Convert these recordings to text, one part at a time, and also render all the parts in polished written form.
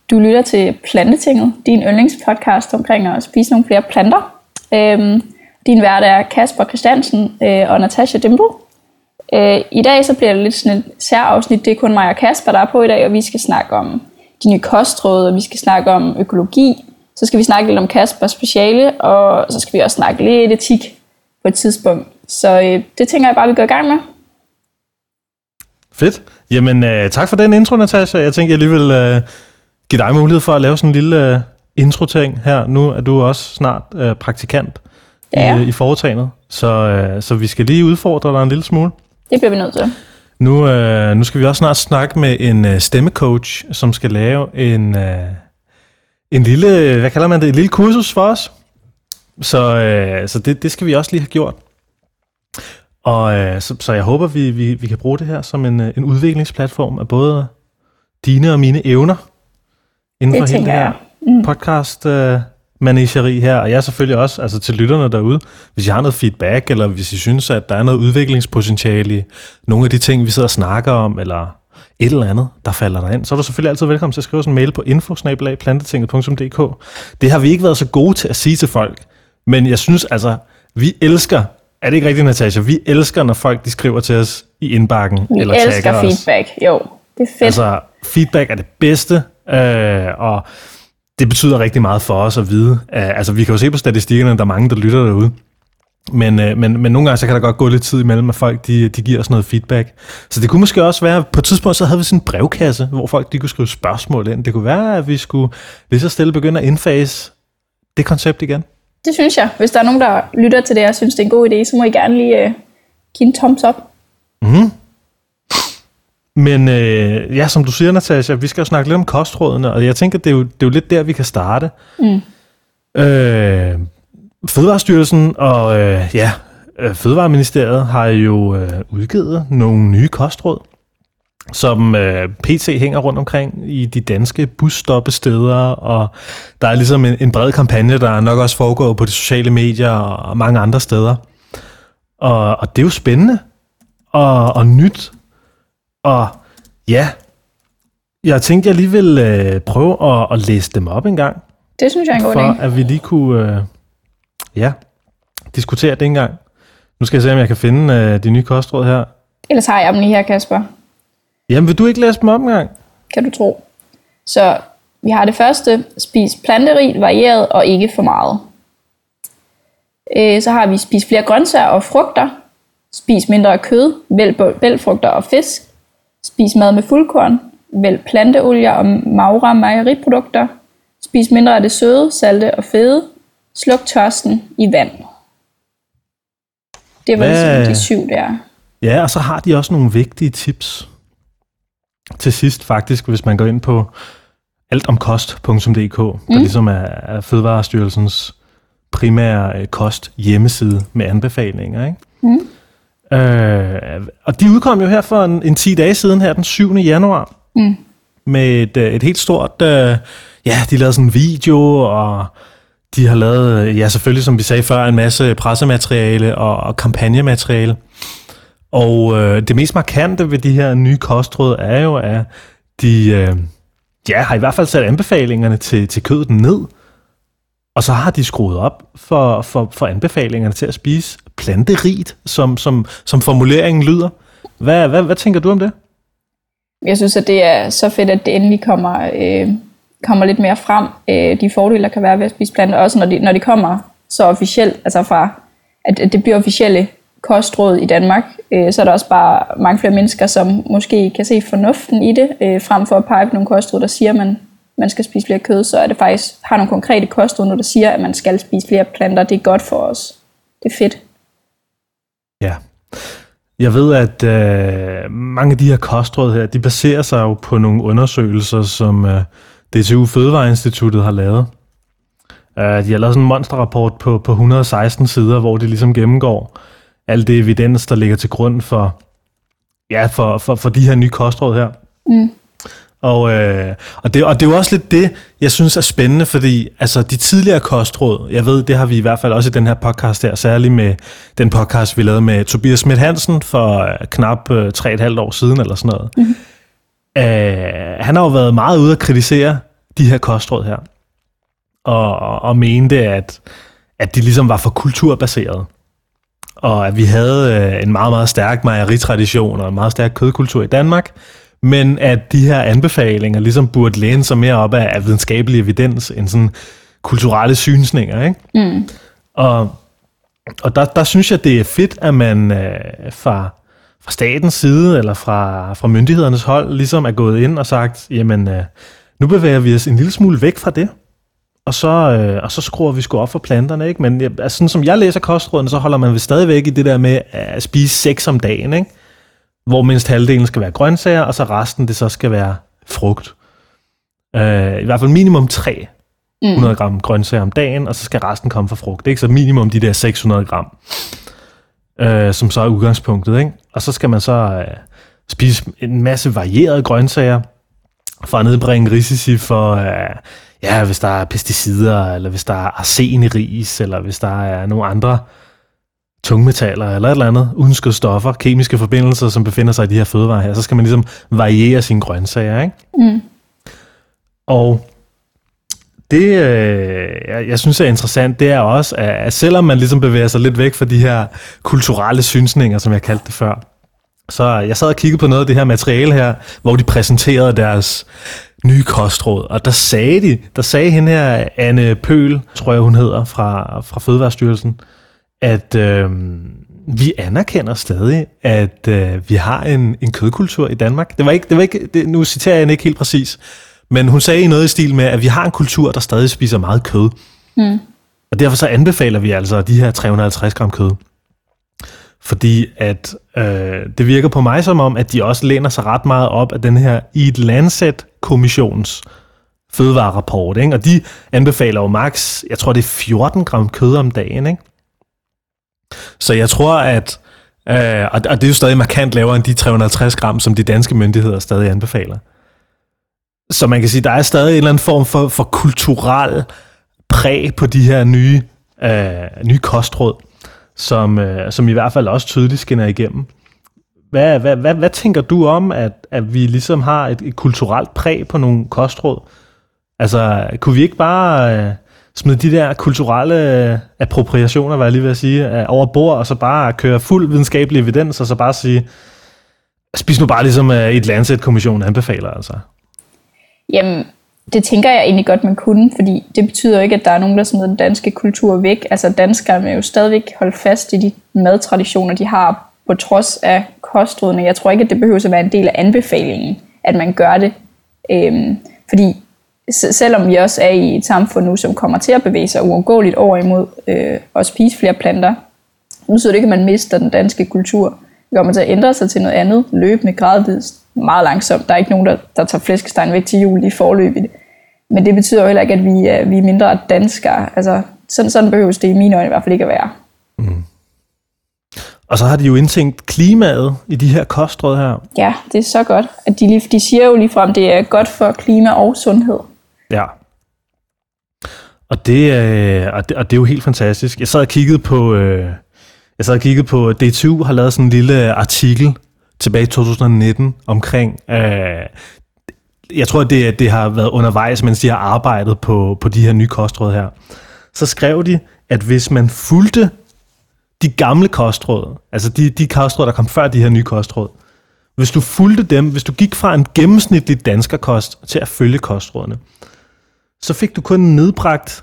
Du lytter til Plantetinget, din yndlingspodcast omkring at spise nogle flere planter. Din vært er Kasper Christiansen og Natasha Dimble. I dag så bliver det lidt sådan et særafsnit. Det er kun mig og Kasper, der er på i dag, og vi skal snakke om de nye kostråd, og vi skal snakke om økologi. Så skal vi snakke lidt om Kaspers speciale, og så skal vi også snakke lidt etik på et tidspunkt. Så det tænker jeg bare, vi går i gang med. Fedt. Jamen, tak for den intro, Natasha. Jeg tænker, jeg alligevel give dig mulighed for at lave sådan en lille intro-ting her. Nu er du også snart praktikant i foretagendet, så vi skal lige udfordre dig en lille smule. Det bliver vi nødt til. Nu skal vi også snart snakke med en stemmecoach, som skal lave en lille, hvad kalder man det, et lille kursus for os. Så det skal vi også lige have gjort. Og så jeg håber, vi kan bruge det her som en udviklingsplatform af både dine og mine evner inden for hele det her podcast manageri her. Og jeg selvfølgelig også, altså til lytterne derude, hvis I har noget feedback, eller hvis I synes, at der er noget udviklingspotentiale i nogle af de ting, vi sidder og snakker om, eller et eller andet, der falder der ind, så er du selvfølgelig altid velkommen til at skrive sådan en mail på info@plantetinget.dk. Det har vi ikke været så gode til at sige til folk, men jeg synes altså, vi elsker, er det ikke rigtigt, Natasha? Vi elsker, når folk de skriver til os i indbakken eller tagger os. Vi elsker feedback, jo. Det er fedt. Altså, feedback er det bedste, og det betyder rigtig meget for os at vide. Altså, vi kan jo se på statistikkerne, der er mange, der lytter derude. Men nogle gange, så kan der godt gå lidt tid imellem, at folk de giver os noget feedback. Så det kunne måske også være, på et tidspunkt, så havde vi sådan en brevkasse, hvor folk de kunne skrive spørgsmål ind. Det kunne være, at vi skulle lige så stille begynde at indfase det koncept igen. Det synes jeg. Hvis der er nogen, der lytter til det og synes, det er en god idé, så må I gerne lige give en thumbs up. Mhm. Men ja, som du siger, Natasha, vi skal jo snakke lidt om kostrådene, og jeg tænker, det er jo lidt der, vi kan starte. Fødevarestyrelsen og Fødevareministeriet har jo udgivet nogle nye kostråd, som PT hænger rundt omkring i de danske busstoppesteder, og der er ligesom en bred kampagne, der nok også foregår på de sociale medier og mange andre steder. Og det er jo spændende og nyt. Og ja, jeg tænkte, jeg lige vil prøve at læse dem op en gang. Det synes jeg er en god idé. For at vi lige kunne diskutere det en gang. Nu skal jeg se, om jeg kan finde de nye kostråd her. Ellers har jeg dem lige her, Kasper. Jamen, vil du ikke læse dem op en gang? Kan du tro. Så vi har det første. Spis planterigt, varieret og ikke for meget. Så har vi spis flere grøntsager og frugter. Spis mindre kød. Vælg bælgfrugter og fisk. Spis mad med fuldkorn. Vælg planteolier og magre mejeriprodukter. Spis mindre af det søde, salte og fede. Sluk tørsten i vand. Det var ligesom de 7 der. Ja, og så har de også nogle vigtige tips til sidst faktisk, hvis man går ind på altomkost.dk, der ligesom er Fødevarestyrelsens primære kost hjemmeside med anbefalinger, ikke? Og de udkom jo her for en 10 dage siden, her den 7. januar, med et helt stort, de lavede sådan en video, og de har lavet, selvfølgelig som vi sagde før, en masse pressemateriale og kampagnemateriale. Og det mest markante ved de her nye kostråd er jo, at de har i hvert fald sat anbefalingerne til kødet ned, og så har de skruet op for anbefalingerne til at spise planterigt, som formuleringen lyder. Hvad tænker du om det? Jeg synes, at det er så fedt, at det endelig kommer lidt mere frem. De fordele, der kan være ved at spise planter, også når de kommer så officielt, altså fra at det bliver officielle kostråd i Danmark, så er der også bare mange flere mennesker, som måske kan se fornuften i det, frem for at pege på nogle kostråd, der siger, at man skal spise flere kød, så er det faktisk har nogle konkrete kostråd, der siger, at man skal spise flere planter. Det er godt for os. Det er fedt. Ja. Jeg ved, at mange af de her kostråd her, de baserer sig jo på nogle undersøgelser, som DTU Fødevareinstituttet har lavet. De har lavet sådan en monsterrapport på 116 sider, hvor de ligesom gennemgår alt det evidens, der ligger til grund for de her nye kostråd her. Og det er jo også lidt det, jeg synes er spændende, fordi altså de tidligere kostråd, jeg ved, det har vi i hvert fald også i den her podcast her, særligt med den podcast, vi lavede med Tobias Schmidt Hansen for knap 3,5 år siden eller sådan noget. Han har jo været meget ude at kritisere de her kostråd her, og mente, at de ligesom var for kulturbaseret, og at vi havde en meget, meget stærk mejeritradition og en meget stærk kødkultur i Danmark, men at de her anbefalinger ligesom burde læne sig mere op af videnskabelig evidens end sådan kulturelle synsninger, ikke? Mm. Og der synes jeg, det er fedt, at man fra statens side eller fra myndighedernes hold ligesom er gået ind og sagt, jamen nu bevæger vi os en lille smule væk fra det, og så skruer vi sgu op for planterne, ikke? Men altså, sådan som jeg læser kostrådene, så holder man vel stadigvæk i det der med at spise 6 om dagen, ikke? Hvor mindst halvdelen skal være grøntsager, og så resten det så skal være frugt. I hvert fald minimum 300 gram grøntsager om dagen, og så skal resten komme fra frugt, ikke? Så minimum de der 600 gram, som så er udgangspunktet, ikke? Og så skal man så spise en masse varierede grøntsager, for at nedbringe risici for, hvis der er pesticider, eller hvis der er arsen i ris, eller hvis der er nogle andre tungmetaller, eller et eller andet, uønskede stoffer, kemiske forbindelser, som befinder sig i de her fødevarer her, så skal man ligesom variere sine grøntsager, ikke? Mm. Og det, jeg synes er interessant, det er også, at selvom man ligesom bevæger sig lidt væk fra de her kulturelle synsninger, som jeg kaldte det før, så jeg sad og kiggede på noget af det her materiale her, hvor de præsenterede deres nye kostråd, og der sagde hende her, Anne Pøhl, tror jeg hun hedder, fra Fødevarestyrelsen, at vi anerkender stadig, at vi har en kødkultur i Danmark. Det var ikke nu citerer jeg hende ikke helt præcis, men hun sagde noget i stil med, at vi har en kultur, der stadig spiser meget kød. Mm. Og derfor så anbefaler vi altså de her 350 gram kød. Fordi at det virker på mig som om, at de også læner sig ret meget op af den her Eat Lancet-kommissions fødevarerapport, ikke? Og de anbefaler jo max, jeg tror det er 14 gram kød om dagen, ikke? Så jeg tror, at og det er jo stadig markant lavere end de 350 gram, som de danske myndigheder stadig anbefaler. Så man kan sige, der er stadig en eller anden form for kulturel præg på de her nye kostråd, som i hvert fald også tydeligt skinner igennem. Hvad tænker du om, at vi ligesom har et kulturelt præg på nogle kostråd? Altså, kunne vi ikke bare smide de der kulturelle appropriationer, hvad jeg lige vil sige, over bord, og så bare køre fuld videnskabelig evidens, og så bare sige, spis nu bare ligesom et Lancet-kommissionen anbefaler, altså? Jamen, det tænker jeg egentlig godt, man kunne, fordi det betyder ikke, at der er nogen, der smider den danske kultur væk. Altså, danskere vil jo stadigvæk holde fast i de madtraditioner, de har, på trods af kostrådene. Jeg tror ikke, at det behøver at være en del af anbefalingen, at man gør det. Fordi selvom vi også er i et samfund nu, som kommer til at bevæge sig uundgåeligt over imod at spise flere planter, så betyder det ikke, at man mister den danske kultur. Det kommer til at ændre sig til noget andet, løbende, gradvist, meget langsomt. Der er ikke nogen, der tager flæskestegen væk til jul i forløbet. Men det betyder jo heller ikke, at vi er mindre danskere. Altså, sådan behøves det i mine øjne i hvert fald ikke at være. Mm. Og så har de jo indtænkt klimaet i de her kostråd her. Ja, det er så godt. At de siger jo ligefrem, at det er godt for klima og sundhed. Ja. Og det er jo helt fantastisk. Jeg sad og kiggede på DTU har lavet sådan en lille artikel tilbage i 2019 omkring, jeg tror, det har været undervejs, mens de har arbejdet på de her nye kostråd her. Så skrev de, at hvis man fulgte de gamle kostråd, altså de kostråd, der kom før de her nye kostråd, hvis du fulgte dem, hvis du gik fra en gennemsnitlig danskerkost til at følge kostrådene, så fik du kun nedbragt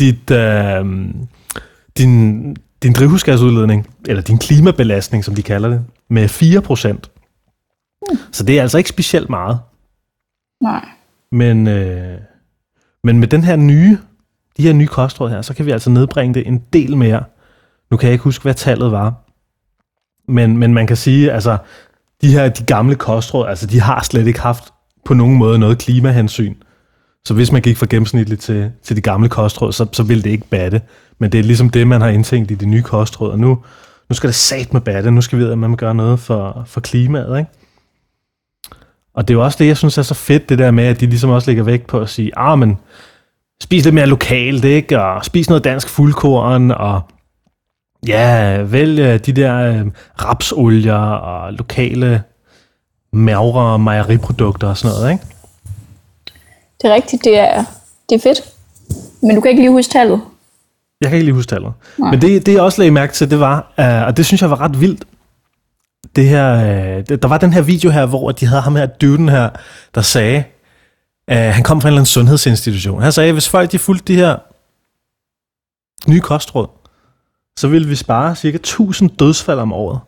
din drivhusgasudledning, eller din klimabelastning, som de kalder det, med 4%. Så det er altså ikke specielt meget. Nej. Men med de her nye kostråd her, så kan vi altså nedbringe det en del mere. Nu kan jeg ikke huske, hvad tallet var. Men man kan sige, altså, de gamle kostråd, altså, de har slet ikke haft på nogen måde noget klimahensyn. Så hvis man gik fra gennemsnitligt til de gamle kostråd, så ville det ikke batte. Men det er ligesom det, man har indtænkt i de nye kostråd. Og nu skal det satme batte. Nu skal vi vide, at man gør noget for klimaet, ikke? Og det er jo også det, jeg synes er så fedt, det der med, at de ligesom også lægger vægt på at sige, men spis lidt mere lokalt, ikke? Og spis noget dansk fuldkorn, og ja, vælg de der rapsolier og lokale magre mejeriprodukter og sådan noget, ikke? Det er rigtigt, det er fedt. Men du kan ikke lige huske tallet? Jeg kan ikke lige huske tallet. Nej. Men det jeg også lagde mærke til, det var, og det synes jeg var ret vildt, det her, der var den her video her, hvor de havde ham her, dyden her, der sagde, han kom fra en eller anden sundhedsinstitution. Han sagde, at hvis folk de fulgte de her nye kostråd, så ville vi spare cirka 1000 dødsfald om året.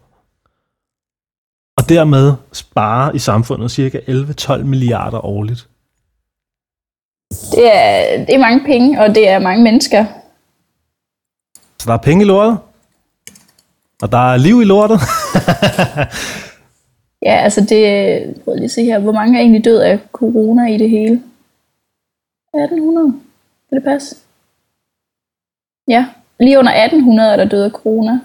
Og dermed spare i samfundet cirka 11-12 milliarder årligt. Det er mange penge, og det er mange mennesker. Så der er penge i lortet, og der er liv i lortet. Ja, altså prøv lige at se her. Hvor mange er egentlig død af corona i det hele? 1800? Vil det passe? Ja, lige under 1800 er der død af corona.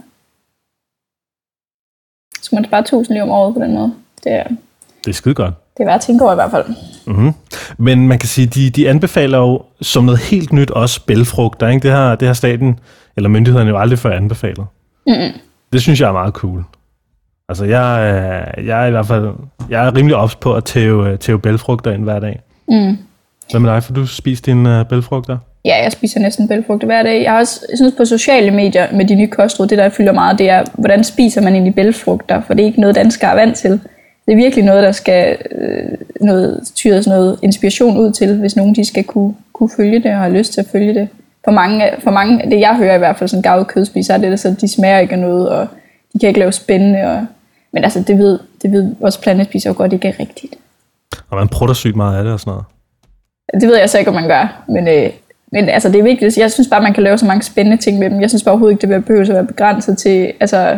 Så man spare 1000 liv om året på den måde. Det er skide godt. Det er værd at tænke over i hvert fald. Mm-hmm. Men man kan sige, de anbefaler jo som noget helt nyt også bælgfrugter, ikke? Det har staten eller myndighederne jo aldrig før anbefalet. Mm-hmm. Det synes jeg er meget cool. Altså jeg er i hvert fald rimelig ops på at tæve bælgfrugter ind hver dag. Mm. Hvad med dig? Får du spist dine bælgfrugter? Ja, jeg spiser næsten bælgfrugter hver dag. Jeg har også synes på sociale medier med de nye kostråd, det der fylder meget, det er, hvordan spiser man egentlig bælgfrugter? For det er ikke noget, danskere er vant til. Det er virkelig noget, der skal tyres noget inspiration ud til, hvis nogen de skal kunne følge det og have lyst til at følge det. For mange, det jeg hører i hvert fald, sådan gavet kødspisere, det er så, de smager ikke af noget, og de kan ikke lave spændende. Men altså, det ved vores plantespisere jo godt ikke er rigtigt. Og man prutter sygt meget af det og sådan noget. Det ved jeg så ikke, om man gør, men altså, det er vigtigt. Jeg synes bare, man kan lave så mange spændende ting med dem. Jeg synes bare overhovedet ikke, det behøver at være begrænset til, altså,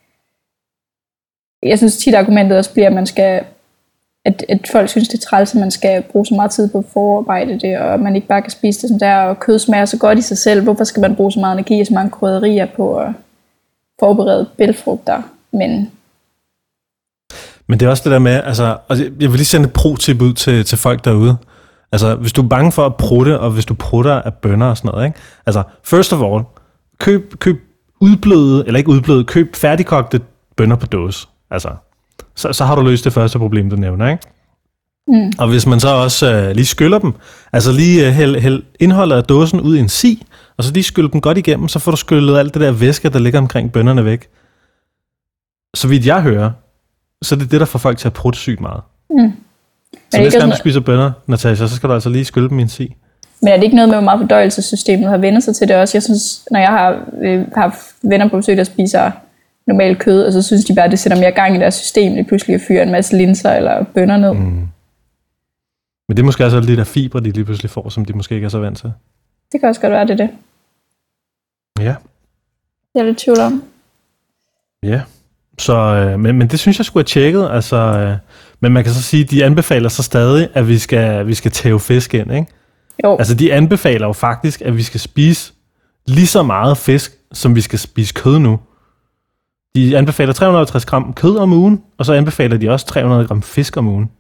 jeg synes tit argumentet også bliver, at man skal, at folk synes, det er træls, at man skal bruge så meget tid på at forarbejde det, og man ikke bare kan spise det som det er, og kød smager så godt i sig selv. Hvorfor skal man bruge så meget energi og så mange krydderier på at forberede bælgfrugter? Men det er også det der med, altså jeg vil lige sende et pro-tip ud til folk derude. Altså, hvis du er bange for at prutte, og hvis du prutter af bønner og sådan noget, ikke? Altså, first of all, køb udbløde, eller ikke udbløde, køb færdigkogte bønner på dåse. Altså, så har du løst det første problem, du nævner, ikke? Mm. Og hvis man så også lige skyller dem, altså lige hæld indholdet af dåsen ud i en si, og så lige skylle dem godt igennem, så får du skyllet alt det der væske, der ligger omkring bønnerne væk. Så vidt jeg hører, så er det det, der får folk til at prutte sygt meget. Mm. Så næste gang du spiser bønner, Natasha, så skal du altså lige skylle dem i en si. Men er det ikke noget med, hvor meget fordøjelsessystemet har vendt sig til det også? Jeg synes, når jeg har venner på besøg, der spiser normalt kød, og så synes de bare, at det sætter mere gang i deres system, lige pludselig at fyre en masse linser eller bønner ned. Mm. Men det er måske også alle de der fibre, de lige pludselig får, som de måske ikke er så vant til. Det kan også godt være, det. Ja. Jeg er lidt tvivl om. Ja. Så, men det synes jeg skulle have tjekket. Altså, men man kan så sige, at de anbefaler så stadig, at vi skal tæve fisk ind, ikke? Jo. Altså, de anbefaler jo faktisk, at vi skal spise lige så meget fisk, som vi skal spise kød nu. De anbefaler 350 gram kød om ugen, og så anbefaler de også 300 gram fisk om ugen.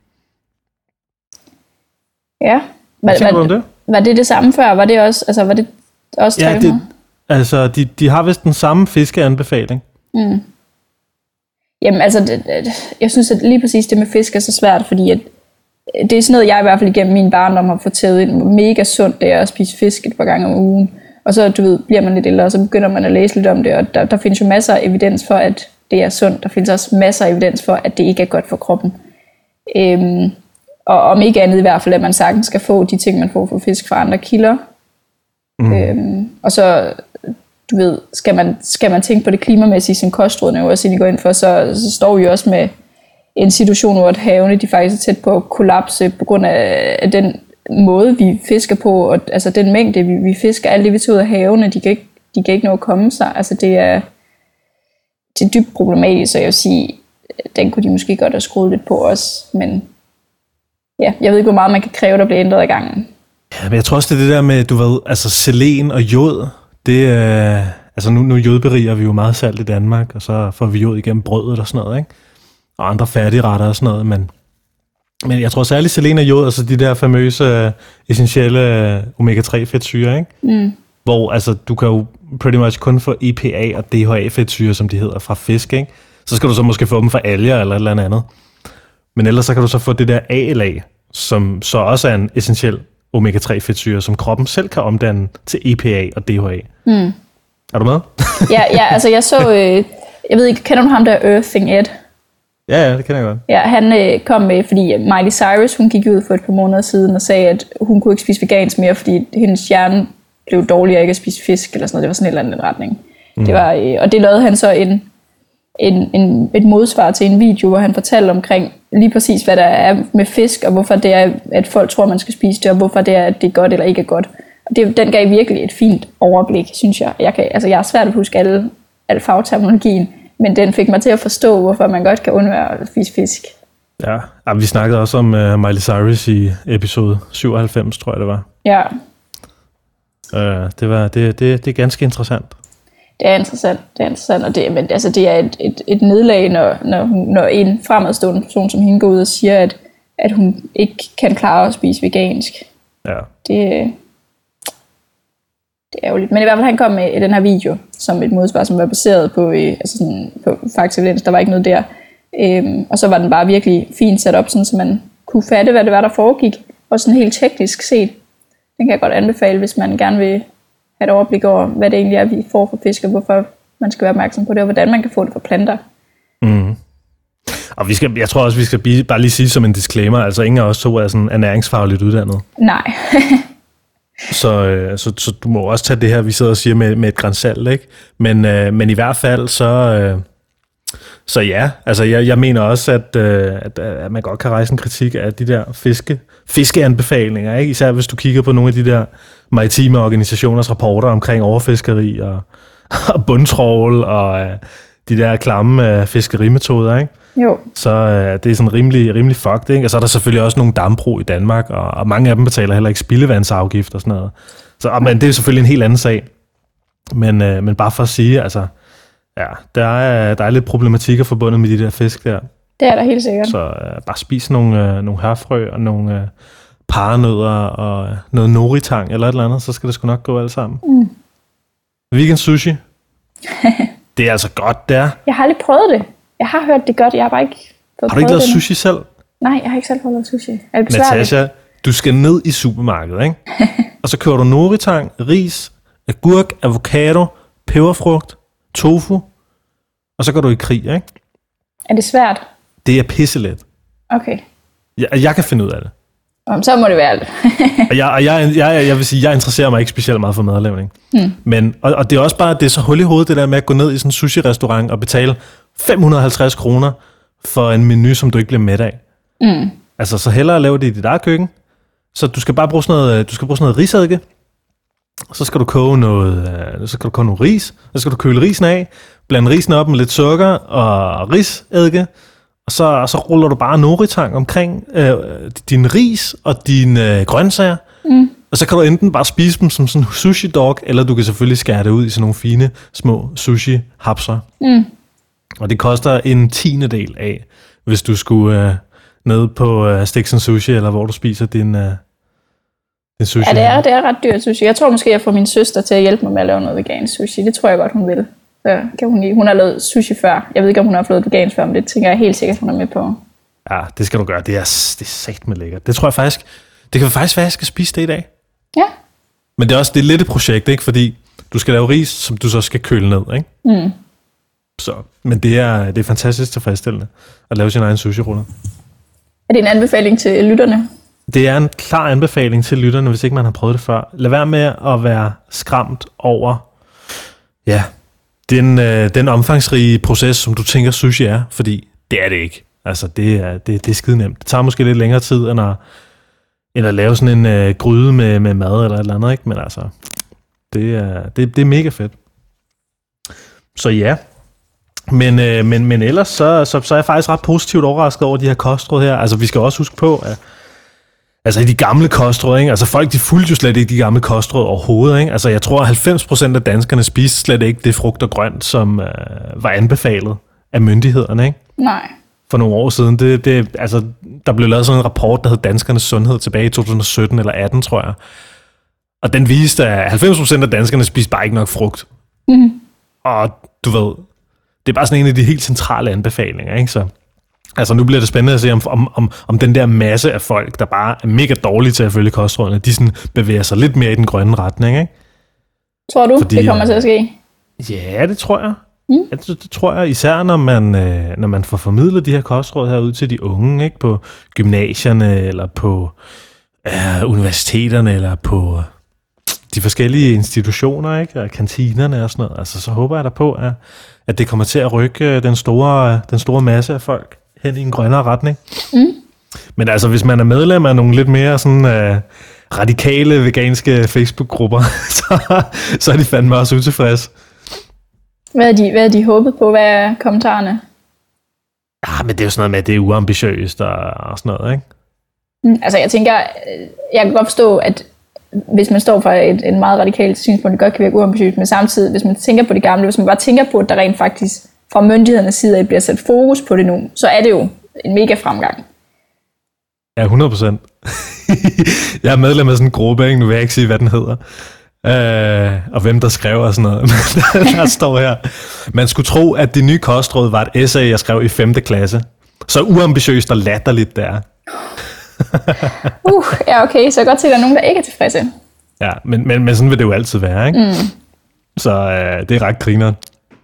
Ja. Hvad tænker du om det? Var det samme før? Var det også 300? Ja, de har vist den samme fiskeanbefaling. Mm. Jamen altså, jeg synes, at lige præcis det med fisk er så svært, fordi at det er sådan noget, jeg i hvert fald igennem min barndom har fået taget ind. Mega sundt det er at spise fisk et par gange om ugen. Og så, bliver man lidt ældre, og så begynder man at læse lidt om det, og der findes jo masser af evidens for, at det er sundt. Der findes også masser af evidens for, at det ikke er godt for kroppen. Og om ikke andet i hvert fald, at man sagtens skal få de ting, man får fra fisk fra andre kilder. Mm. Og så, skal man tænke på det klimamæssige, som kostrådene jo også går ind for, så står vi jo også med en situation, hvor havene de faktisk er tæt på at kollapse på grund af den måde, vi fisker på, og altså den mængde, vi fisker, alt det, vi tager ud af havene, de kan ikke nå at komme sig. Altså det er dybt problematisk, så jeg vil sige, den kunne de måske godt have skruet lidt på os, men ja, jeg ved ikke, hvor meget man kan kræve, der bliver ændret ad gangen. Ja, men jeg tror også, det er det der med, du ved, altså selen og jod, det altså nu jodberiger vi jo meget salt i Danmark, og så får vi jod igennem brødet og sådan noget, ikke? Og andre færdigretter og sådan noget, men jeg tror særligt selen og jod, altså de der famøse essentielle omega-3 fedtsyre, ikke? Mm. Hvor altså du kan jo pretty much kun få EPA og DHA fedtsyre, som de hedder, fra fisk, ikke? Så skal du så måske få dem fra alger eller et eller andet. Men ellers så kan du så få det der ALA, som så også er en essentiel omega-3 fedtsyre, som kroppen selv kan omdanne til EPA og DHA. Er du med? ja, altså jeg så, jeg ved ikke, kender du ham der Earthing Ed? Ja, det kender jeg godt. Ja, han kom med, fordi Miley Cyrus, hun gik ud for et par måneder siden og sagde, at hun kunne ikke spise vegansk mere, fordi hendes hjerne blev dårligere ikke at spise fisk, eller sådan noget. Det var sådan en eller anden retning. Det var, og det lavede han så et modsvar til en video, hvor han fortalte omkring lige præcis, hvad der er med fisk, og hvorfor det er, at folk tror, man skal spise det, og hvorfor det er, at det er godt eller ikke er godt. Og den gav virkelig et fint overblik, synes jeg. Jeg har svært at huske al fagterminologien, men den fik mig til at forstå, hvorfor man godt kan undvære at spise fisk. Ja, vi snakkede også om Miley Cyrus i episode 97, tror jeg det var. Ja. Det er ganske interessant. Det er interessant, og det er et nedlag, når en fremadstående person som hende går ud og siger, at hun ikke kan klare at spise vegansk. Ja. Det er ærgerligt. Men i hvert fald, han kom med den her video som et modsvar, som var baseret på, på faktisk evidens. Der var ikke noget der. Og så var den bare virkelig fint sat op, sådan, så man kunne fatte, hvad det var, der foregik. Og sådan helt teknisk set. Den kan jeg godt anbefale, hvis man gerne vil have et overblik over, hvad det egentlig er, vi får for fisk, og hvorfor man skal være opmærksom på det, og hvordan man kan få det fra planter. Og jeg tror også, vi skal bare lige sige som en disclaimer, altså ingen af os to er sådan ernæringsfagligt uddannet. Nej. så du må også tage det her, vi sidder og siger med et gran salt, ikke? Men i hvert fald, så ja, altså jeg mener også, at man godt kan rejse en kritik af de der fiskeanbefalinger, ikke? Især hvis du kigger på nogle af de der maritime organisationers rapporter omkring overfiskeri og bundtrål og de der klamme fiskerimetoder, ikke? Jo. Så det er sådan rimelig fucked, ikke? Og så er der selvfølgelig også nogle dambrug i Danmark, og mange af dem betaler heller ikke spildevandsafgift og sådan noget. Men det er selvfølgelig en helt anden sag. Men bare for at sige, altså, ja, der er lidt problematikker forbundet med de der fisk der. Det er der helt sikkert. Så bare spis nogle hørfrø og nogle paranødder og noget noritang eller et eller andet, så skal det sgu nok gå alt sammen. Vegan sushi. Det er altså godt, der. Jeg har aldrig prøvet det. Jeg har hørt det godt, jeg har bare ikke fået. Har du ikke lavet sushi selv? Nej, jeg har ikke selv prøvet sushi. Er det Natasha, du skal ned i supermarkedet, ikke? Og så kører du noritang, ris, agurk, avocado, peberfrugt, tofu, og så går du i krig, ikke? Er det svært? Det er pisselet. Okay. Jeg kan finde ud af det. Så må det være alt. jeg vil sige, jeg interesserer mig ikke specielt meget for madlavning. Men, og det er også bare, det er så hul i hovedet, det der med at gå ned i sådan en sushi-restaurant og betale 550 kroner for en menu, som du ikke bliver mæt af. Altså, så hellere lave det i dit eget køkken. Så du skal bare bruge sådan noget risadike. Så skal du koge noget ris. Så skal du køle risen af, blande risen op med lidt sukker og risadike. Og så ruller du bare noritang omkring din ris og dine grøntsager. Og så kan du enten bare spise dem som sådan en sushi dog, eller du kan selvfølgelig skære det ud i sådan nogle fine små sushi hapser. Og det koster en 10/10 af, hvis du skulle ned på Sticks and Sushi, eller hvor du spiser din sushi. Ja, det er ret dyrt sushi. Jeg tror måske, jeg får min søster til at hjælpe mig med at lave noget vegansk sushi. Det tror jeg godt, hun vil. Så kan hun har lavet sushi før. Jeg ved ikke, om hun har fået vegansk før, men det tænker jeg helt sikkert, hun er med på. Ja, det skal du gøre. Det er sagt med lækkert. Det tror jeg faktisk, det kan faktisk være, at jeg skal spise det i dag. Ja. Men det er lidt et projekt, ikke? Fordi du skal lave ris, som du så skal køle ned, ikke? Så, men det er fantastisk tilfredsstillende at lave sin egen sushi-rulle. Er det en anbefaling til lytterne? Det er en klar anbefaling til lytterne, hvis ikke man har prøvet det før. Lad være med at være skræmt over den omfangsrige proces, som du tænker sushi er, fordi det er det ikke. Altså, det er skide nemt. Det tager måske lidt længere tid, end at lave sådan en gryde med mad eller et eller andet, ikke? Men altså, det er mega fedt. Så ja. Men ellers så er jeg faktisk ret positivt overrasket over de her kostråd her. Altså, vi skal også huske på, at altså i de gamle kostråd, ikke? Altså folk, de fulgte jo slet ikke de gamle kostråd overhovedet, ikke? Altså jeg tror, at 90% af danskerne spiste slet ikke det frugt og grønt, som var anbefalet af myndighederne, ikke? Nej. For nogle år siden. Altså, der blev lavet sådan en rapport, der hed Danskernes Sundhed tilbage i 2017 eller 18, tror jeg. Og den viste, at 90% af danskerne spiste bare ikke nok frugt. Og du ved, det er bare sådan en af de helt centrale anbefalinger, ikke? Så Altså nu bliver det spændende at se, om den der masse af folk, der bare er mega dårlige til at følge kostrådene, de sådan bevæger sig lidt mere i den grønne retning, ikke? Tror du, det kommer til at ske? Ja, det tror jeg. Det tror jeg, især når man får formidlet de her kostråd her ud til de unge, ikke? På gymnasierne, eller på universiteterne, eller på de forskellige institutioner, ikke? Og kantinerne og sådan noget. Altså, så håber jeg da på, at det kommer til at rykke den store masse af folk hen i en grønnere retning. Men altså, hvis man er medlem af nogle lidt mere sådan radikale veganske Facebook-grupper, så er de fandme også utilfredse. Hvad er de håbet på? Hvad er kommentarerne? Ja, men det er jo sådan noget med, at det er uambitiøst og sådan noget, ikke? Altså, jeg tænker, jeg kan godt forstå, at hvis man står for et meget radikalt synspunkt, det godt kan virke uambitiøst, men samtidig, hvis man tænker på det gamle, hvis man bare tænker på, at der rent faktisk fra myndighedernes side bliver sat fokus på det nu, så er det jo en mega fremgang. Ja, 100%. Jeg er medlem af sådan en gruppe, ikke? Nu vil jeg ikke sige, hvad den hedder. Og hvem der skrev og sådan noget. Der står her. Man skulle tro, at det nye kostråd var et essay, jeg skrev i 5. klasse. Så uambitiøst og latterligt det er. Ja, okay. Så godt til, at der er nogen, der ikke er tilfredse. Ja, men sådan vil det jo altid være, ikke? Så det er ret grineren.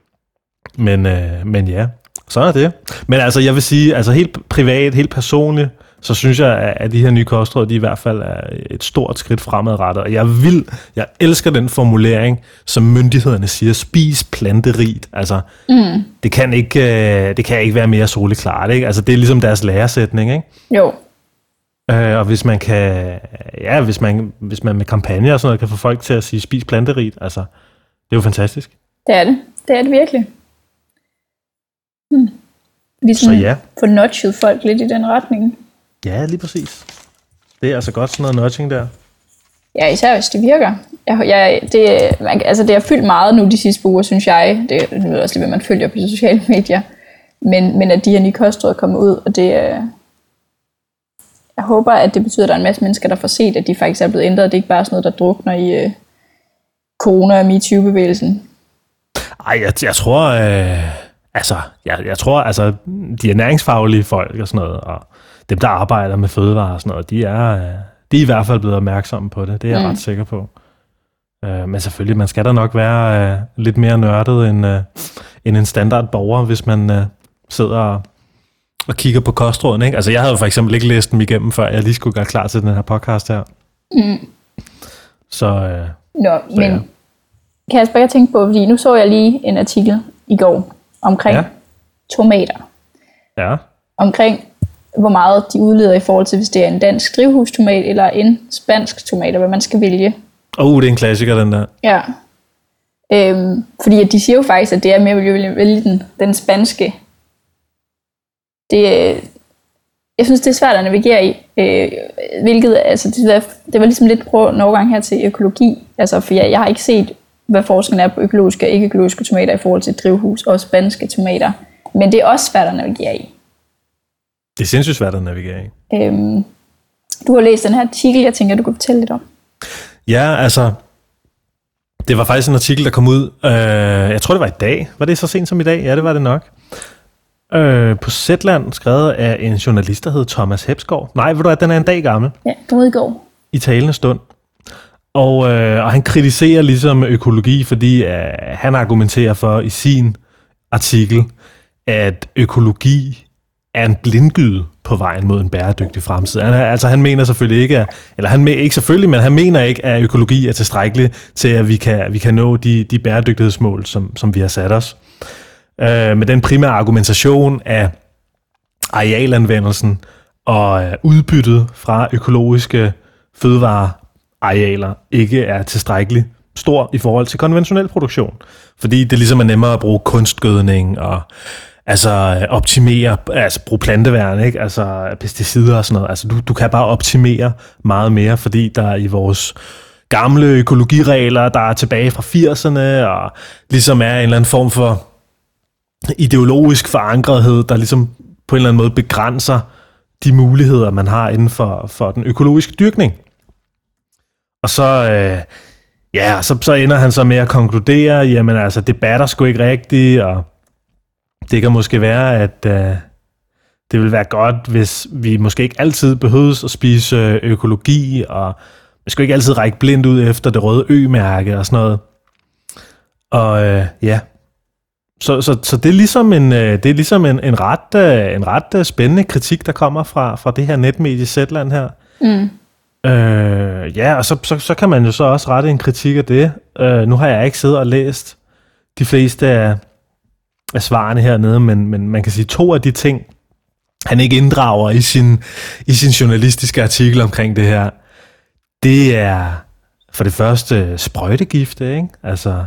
Men ja, sådan er det. Men altså, jeg vil sige, altså helt privat, helt personligt, så synes jeg, at de her nye kostråd, de i hvert fald er et stort skridt fremadrettet. Og jeg elsker den formulering, som myndighederne siger, spis planterigt. Altså, det kan ikke være mere soleklart, ikke? Altså, det er ligesom deres læresætning, ikke? Jo. Og hvis man kan, hvis man med kampagner og sådan noget, kan få folk til at sige, spis planterigt, altså, det er jo fantastisk. Det er det. Det er det virkelig. Ligesom så ja. Få nudget folk lidt i den retning. Ja, lige præcis. Det er altså godt sådan noget nudging der. Ja, især hvis det virker. Det har fyldt meget nu de sidste uger, synes jeg. Det er også lidt, hvad man følger på sociale medier. Men at de her nye kostråd kommer ud, og det jeg håber, at det betyder, at der er en masse mennesker, der får set, at de faktisk er blevet ændret. Det er ikke bare sådan noget, der drukner i corona- og MeToo-bevægelsen. Ej, jeg tror, jeg tror, de ernæringsfaglige folk og sådan noget, og dem, der arbejder med fødevarer og sådan noget, de er i hvert fald blevet opmærksomme på det. Det er jeg ret sikker på. Men selvfølgelig, man skal da nok være lidt mere nørdet end en standard borger, hvis man sidder og kigger på kostråden, ikke? Altså, jeg havde for eksempel ikke læst dem igennem, før jeg lige skulle gøre klar til den her podcast her. Men Kasper, jeg tænkte på, fordi nu så jeg lige en artikel i går omkring tomater. Ja. Omkring, hvor meget de udleder i forhold til, hvis det er en dansk drivhustomat eller en spansk tomat, hvad man skal vælge. Det er en klassiker, den der. Ja. Fordi at de siger jo faktisk, at det er mere at vælge den spanske. Jeg synes, det er svært at navigere i. Det var ligesom lidt på en overgang her til økologi. Altså, for jeg har ikke set, hvad forskellen er på økologiske og ikke-økologiske tomater i forhold til drivhus og spanske tomater. Men det er også svært at navigere i. Det er sindssygt svært at navigere i. Du har læst den her artikel, jeg tænker, du kunne fortælle lidt om. Ja, altså, det var faktisk en artikel, der kom ud, jeg tror det var i dag. Var det så sent som i dag? Ja, det var det nok. På Zetland, skrevet af en journalist, der hed Thomas Hepsgaard. Nej, ved du at den er en dag gammel. Ja, den var i går. I talende stund. Og han kritiserer ligesom økologi, fordi han argumenterer for i sin artikel, at økologi er en blindgyde på vejen mod en bæredygtig fremtid. Han mener selvfølgelig ikke, men han mener ikke, at økologi er tilstrækkeligt til, at vi kan nå de bæredygtighedsmål, som vi har sat os. Med den primære argumentation af arealanvendelsen og udbyttet fra økologiske fødevarearealer ikke er tilstrækkeligt stor i forhold til konventionel produktion. Fordi det ligesom er nemmere at bruge kunstgødning og optimere, bruge planteværn, ikke? Altså pesticider og sådan noget. Altså du kan bare optimere meget mere, fordi der i vores gamle økologiregler, der er tilbage fra 80'erne, og ligesom er en eller anden form for ideologisk forankrethed, der ligesom på en eller anden måde begrænser de muligheder, man har inden for den økologiske dyrkning. Og så ender han så med at konkludere, jamen altså, det batter sgu ikke rigtigt, og det kan måske være, at det ville være godt, hvis vi måske ikke altid behøves at spise økologi, og vi skal ikke altid række blindt ud efter det røde ø-mærke og sådan noget. Og ja, så det er ligesom en ret spændende kritik, der kommer fra det her netmedie Zetland her. Ja, og så kan man jo så også rette en kritik af det. Nu har jeg ikke siddet og læst de fleste af svarene hernede, men man kan sige, 2 af de ting, han ikke inddrager i sin journalistiske artikel omkring det her, det er for det første sprøjtegifte, ikke? Altså,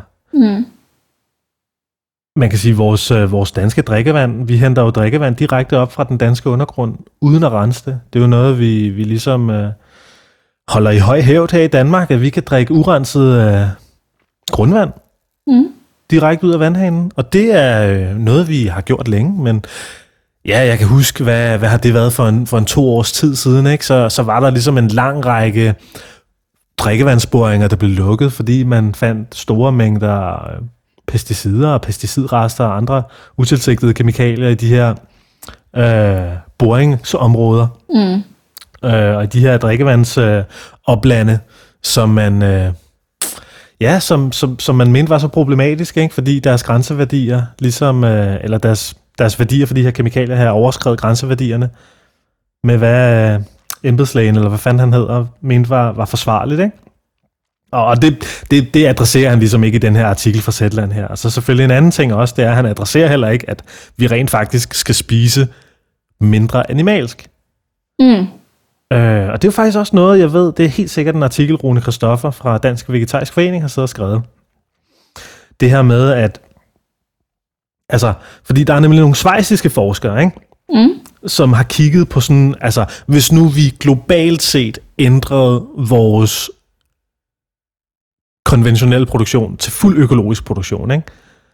man kan sige, vores danske drikkevand, vi henter jo drikkevand direkte op fra den danske undergrund, uden at rense det. Det er jo noget, vi ligesom holder i høj hævd her i Danmark, at vi kan drikke urenset grundvand direkte ud af vandhanen. Og det er noget, vi har gjort længe, men ja, jeg kan huske, hvad har det været for en 2 års tid siden, ikke? Så var der ligesom en lang række drikkevandsboringer, der blev lukket, fordi man fandt store mængder pesticider og pesticidrester og andre utilsigtede kemikalier i de her boringsområder. Og i de her drikkevandsoplande, som man som man mente var så problematisk, ikke? Fordi deres grænseværdier ligesom eller deres værdier for de her kemikalier her overskred grænseværdierne med hvad embedslægen, eller hvad fanden han hedder, mente var forsvarligt, ikke? Og det adresserer han ligesom ikke i den her artikel fra Zetland her. Og så selvfølgelig en anden ting også, det er, at han adresserer heller ikke, at vi rent faktisk skal spise mindre animalsk. Og det er jo faktisk også noget, jeg ved, det er helt sikkert en artikel, Rune Christoffer fra Dansk Vegetarisk Forening har siddet og skrevet. Det her med, at altså, fordi der er nemlig nogle schweiziske forskere, ikke? Som har kigget på sådan, altså, hvis nu vi globalt set ændrede vores konventionelle produktion til fuld økologisk produktion, ikke?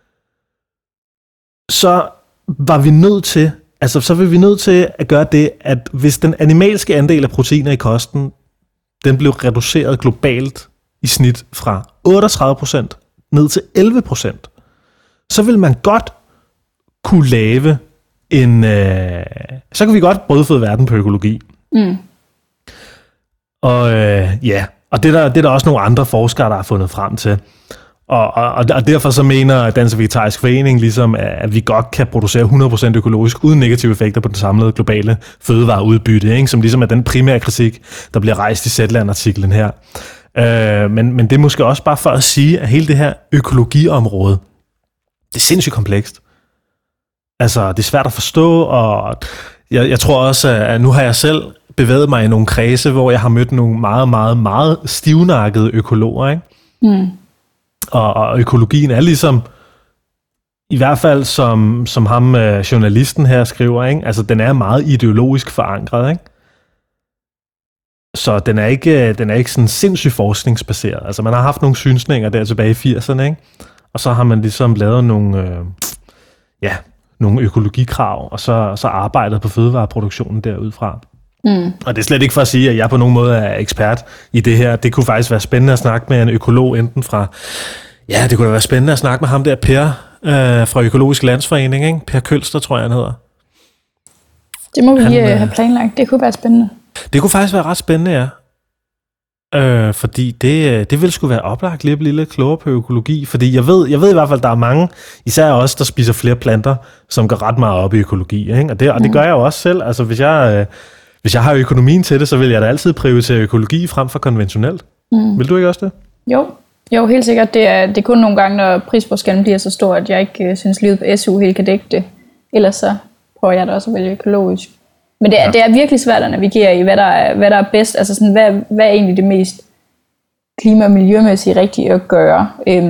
Så vil vi nødt til at gøre det, at hvis den animalske andel af proteiner i kosten, den blev reduceret globalt i snit fra 38% ned til 11%, så vil man godt kunne lave så kan vi godt brødføde verden på økologi. Og og det er der også nogle andre forskere, der har fundet frem til. Og derfor så mener Dansk Vegetarisk Forening ligesom, at vi godt kan producere 100% økologisk, uden negative effekter på den samlede globale fødevareudbytte, ikke? Som ligesom er den primære kritik, der bliver rejst i Zetland-artiklen her. Men det er måske også bare for at sige, at hele det her økologiområde, det er sindssygt komplekst. Altså, det er svært at forstå, og jeg tror også, at nu har jeg selv bevæget mig i nogle kredse, hvor jeg har mødt nogle meget, meget, meget stivnakkede økologer, ikke? Og økologien er ligesom, i hvert fald som ham journalisten her skriver, ikke? Altså den er meget ideologisk forankret, ikke? Så den er ikke sådan sindssygt forskningsbaseret. Altså man har haft nogle synsninger der tilbage i 80'erne, ikke? Og så har man ligesom lavet nogle økologikrav, og så arbejdet på fødevareproduktionen derudfra. Og det er slet ikke for at sige, at jeg på nogen måde er ekspert i det her. Det kunne faktisk være spændende at snakke med en økolog, enten fra... Ja, det kunne da være spændende at snakke med ham der, Per, fra Økologisk Landsforening, ikke? Per Kølster, tror jeg, han hedder. Det må vi have planlagt. Det kunne være spændende. Det kunne faktisk være ret spændende, ja. Fordi det ville sgu være oplagt lidt klogere på økologi. Fordi jeg ved i hvert fald, der er mange, især os, der spiser flere planter, som går ret meget op i økologi, ikke? Og det gør jeg jo også selv. Altså, hvis jeg har økonomien til det, så vil jeg da altid prioritere økologi frem for konventionelt. Vil du ikke også det? Jo, helt sikkert. Det er kun nogle gange, når prisforskellen bliver så stor, at jeg ikke synes, livet på SU helt kan dække det. Ellers så prøver jeg da også at vælge økologisk. Men det er virkelig svært at navigere i, hvad der er bedst. Altså sådan, hvad er egentlig det mest klima- og miljømæssigt rigtige at gøre?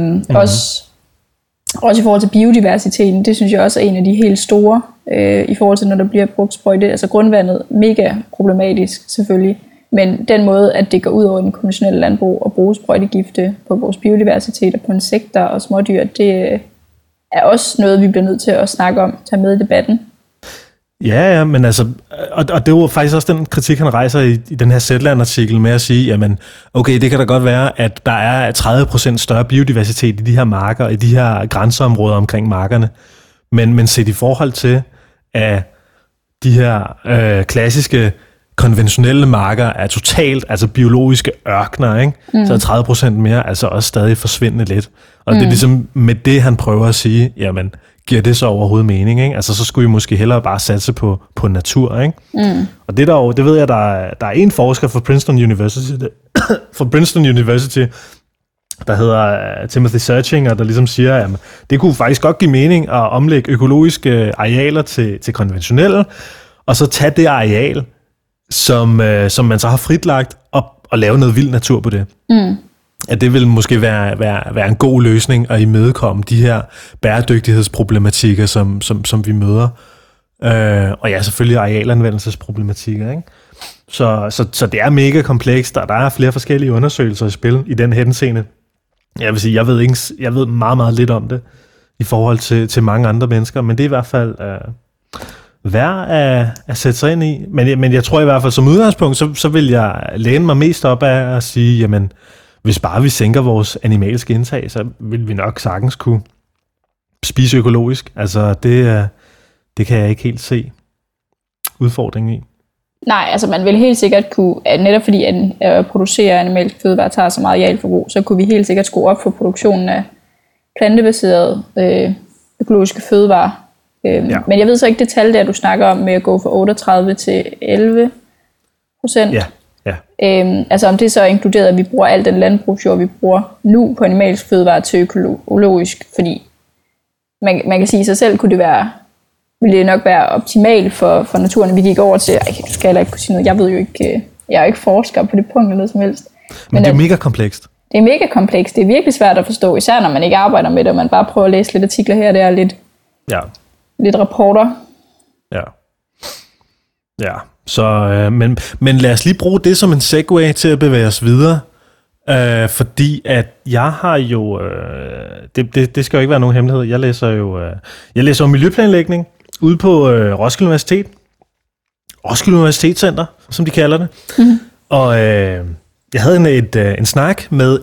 Også i forhold til biodiversiteten. Det synes jeg også er en af de helt store, i forhold til når der bliver brugt sprøjte. Altså grundvandet, mega problematisk selvfølgelig. Men den måde, at det går ud over den konventionelle landbrug og bruge sprøjtegifte på vores biodiversitet og på insekter og smådyr, det er også noget, vi bliver nødt til at snakke om, tage med i debatten. Ja, men altså, og det var faktisk også den kritik, han rejser i den her Zetland-artikel med at sige, jamen, okay, det kan da godt være, at der er 30% større biodiversitet i de her marker, i de her grænseområder omkring markerne, men set i forhold til, at de her klassiske konventionelle marker er totalt, altså biologiske ørkner, ikke? Så er 30% mere altså også stadig forsvindende lidt. Og det er ligesom med det, han prøver at sige, jamen, giver det så overhovedet mening, ikke? Altså, så skulle I måske hellere bare satse på natur, ikke? Og det der, det ved jeg, der er en forsker fra Princeton University, der hedder Timothy Searchinger, der ligesom siger, at det kunne faktisk godt give mening at omlægge økologiske arealer til konventionelle, og så tage det areal, som man så har fritlagt, og lave noget vild natur på det. At det vil måske være en god løsning at imødekomme de her bæredygtighedsproblematikker, som vi møder. Og ja, selvfølgelig arealanvendelsesproblematikker, ikke? Så det er mega komplekst, og der er flere forskellige undersøgelser i spil i den henseende. Jeg vil sige, jeg ved meget, meget lidt om det i forhold til mange andre mennesker, men det er i hvert fald værd at sætte sig ind i. Men jeg tror i hvert fald som udgangspunkt, så vil jeg læne mig mest op af at sige, jamen, hvis bare vi sænker vores animalske indtag, så vil vi nok sagtens kunne spise økologisk. Altså, det kan jeg ikke helt se udfordringen i. Nej, altså man vil helt sikkert kunne, netop fordi at producere animalsk fødevarer tager så meget arealforbrug, så kunne vi helt sikkert skrue op for produktionen af plantebaserede økologiske fødevarer. Ja. Men jeg ved så ikke det tal der, du snakker om med at gå fra 38 til 11%. Ja. Altså om det så er inkluderet, at vi bruger al den landbrugsjord, vi bruger nu på animalsk fødevarer til økologisk, fordi man kan sige sig selv, ville det nok være optimalt for naturen, vi gik over til, du skal heller ikke kunne sige noget, jeg ved jo ikke, jeg er jo ikke forsker på det punkt eller noget som helst. Men det er mega komplekst. Det er mega komplekst, det er virkelig svært at forstå, især når man ikke arbejder med det, og man bare prøver at læse lidt artikler her og der, lidt rapporter. Ja, så, men lad os lige bruge det som en segue til at bevæge os videre, fordi at jeg har jo, det skal jo ikke være nogen hemmelighed, jeg læser jo miljøplanlægning ude på Roskilde Universitet, Roskilde Universitetscenter, som de kalder det, og jeg havde en snak med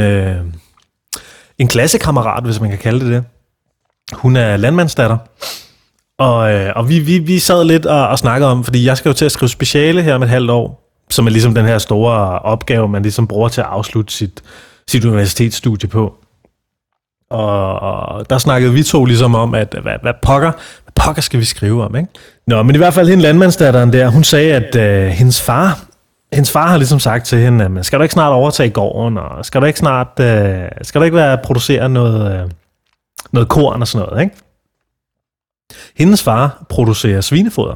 en klassekammerat, hvis man kan kalde det. Hun er landmandsdatter. Og vi sad lidt og snakkede om, fordi jeg skal jo til at skrive speciale her om et halvt år, som er ligesom den her store opgave, man ligesom bruger til at afslutte sit universitetsstudie på. Og der snakkede vi to ligesom om, at hvad pokker skal vi skrive om, ikke? Nå, men i hvert fald hende landmandsdatteren der, hun sagde, at hendes far har ligesom sagt til hende, at skal du ikke snart overtage gården, og skal du ikke være producere noget korn og sådan noget, ikke? Hendes far producerer svinefoder.